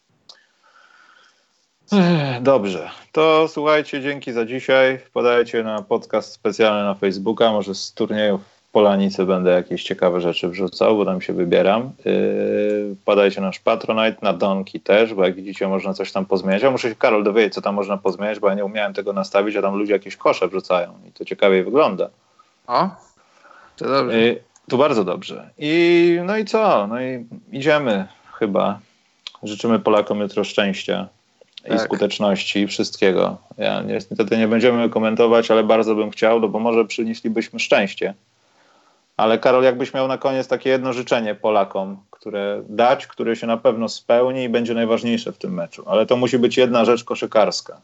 Ech, dobrze. To słuchajcie, dzięki za dzisiaj. Wpadajcie na podcast specjalny na Facebooka. Może z turniejów w Polanicy będę jakieś ciekawe rzeczy wrzucał, bo tam się wybieram. Yy, wpadajcie na nasz Patronite, na Donki też, bo jak widzicie, można coś tam pozmieniać. Ja muszę się, Karol, dowiedzieć, co tam można pozmieniać, bo ja nie umiałem tego nastawić, a tam ludzie jakieś kosze wrzucają i to ciekawiej wygląda. O, to dobrze. Yy, to bardzo dobrze. I no i co? No i idziemy chyba. Życzymy Polakom jutro szczęścia. Tak. I skuteczności i wszystkiego. Ja niestety nie będziemy komentować, ale bardzo bym chciał, no bo może przynieślibyśmy szczęście. Ale Karol, jakbyś miał na koniec takie jedno życzenie Polakom, które dać, które się na pewno spełni i będzie najważniejsze w tym meczu. Ale to musi być jedna rzecz koszykarska.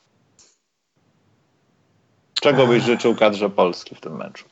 Czego byś życzył kadrze Polski w tym meczu?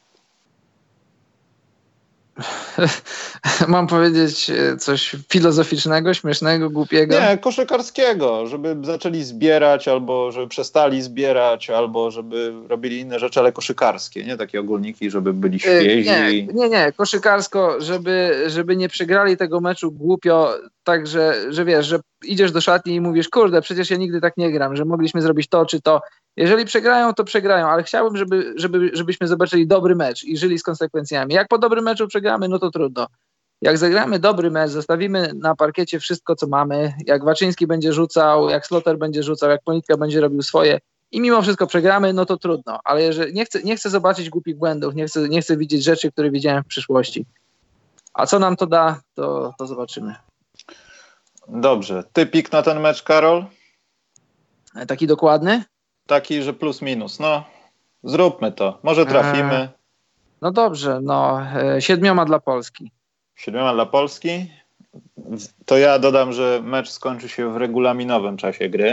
Mam powiedzieć coś filozoficznego, śmiesznego, głupiego? Nie, koszykarskiego, żeby zaczęli zbierać, albo żeby przestali zbierać, albo żeby robili inne rzeczy, ale koszykarskie, nie takie ogólniki, żeby byli świezi. Nie, nie, nie. koszykarsko, żeby, żeby nie przegrali tego meczu głupio, tak, że, że wiesz, że idziesz do szatni i mówisz, kurde, przecież ja nigdy tak nie gram, że mogliśmy zrobić to czy to. Jeżeli przegrają, to przegrają, ale chciałbym, żeby, żeby, żebyśmy zobaczyli dobry mecz i żyli z konsekwencjami. Jak po dobrym meczu przegramy, no to trudno. Jak zagramy dobry mecz, zostawimy na parkiecie wszystko, co mamy, jak Waczyński będzie rzucał, jak Sloter będzie rzucał, jak Ponitka będzie robił swoje i mimo wszystko przegramy, no to trudno. Ale jeżeli nie chcę, nie chcę zobaczyć głupich błędów, nie chcę, nie chcę widzieć rzeczy, które widziałem w przyszłości. A co nam to da, to, to zobaczymy. Dobrze. Typik na ten mecz, Karol? Taki dokładny? Taki, że plus minus. No, zróbmy to. Może trafimy. Eee, no dobrze, no e, siedmioma dla Polski. Siedmioma dla Polski. To ja dodam, że mecz skończy się w regulaminowym czasie gry.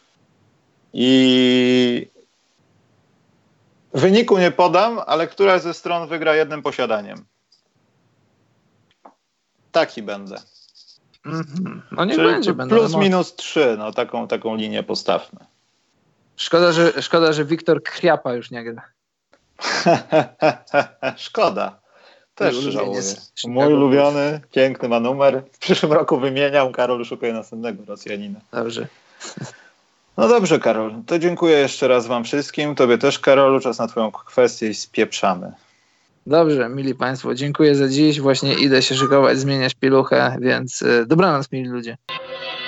I wyniku nie podam, ale któraś ze stron wygra jednym posiadaniem. Taki będę. Mm-hmm. No niech Czyli będzie. Plus minus trzy, no taką, taką linię postawmy. Szkoda, że, szkoda, że Wiktor Kriapa już nie gra. Szkoda. Też żałuję. Mój ulubiony, piękny ma numer. W przyszłym roku wymieniał. Karol szukuje następnego Rosjanina. Dobrze. No dobrze, Karol. To dziękuję jeszcze raz wam wszystkim. Tobie też, Karolu. Czas na twoją kwestię i spieprzamy. Dobrze, mili państwo. Dziękuję za dziś. Właśnie idę się szykować, zmieniać pieluchę, więc dobranoc, mili ludzie.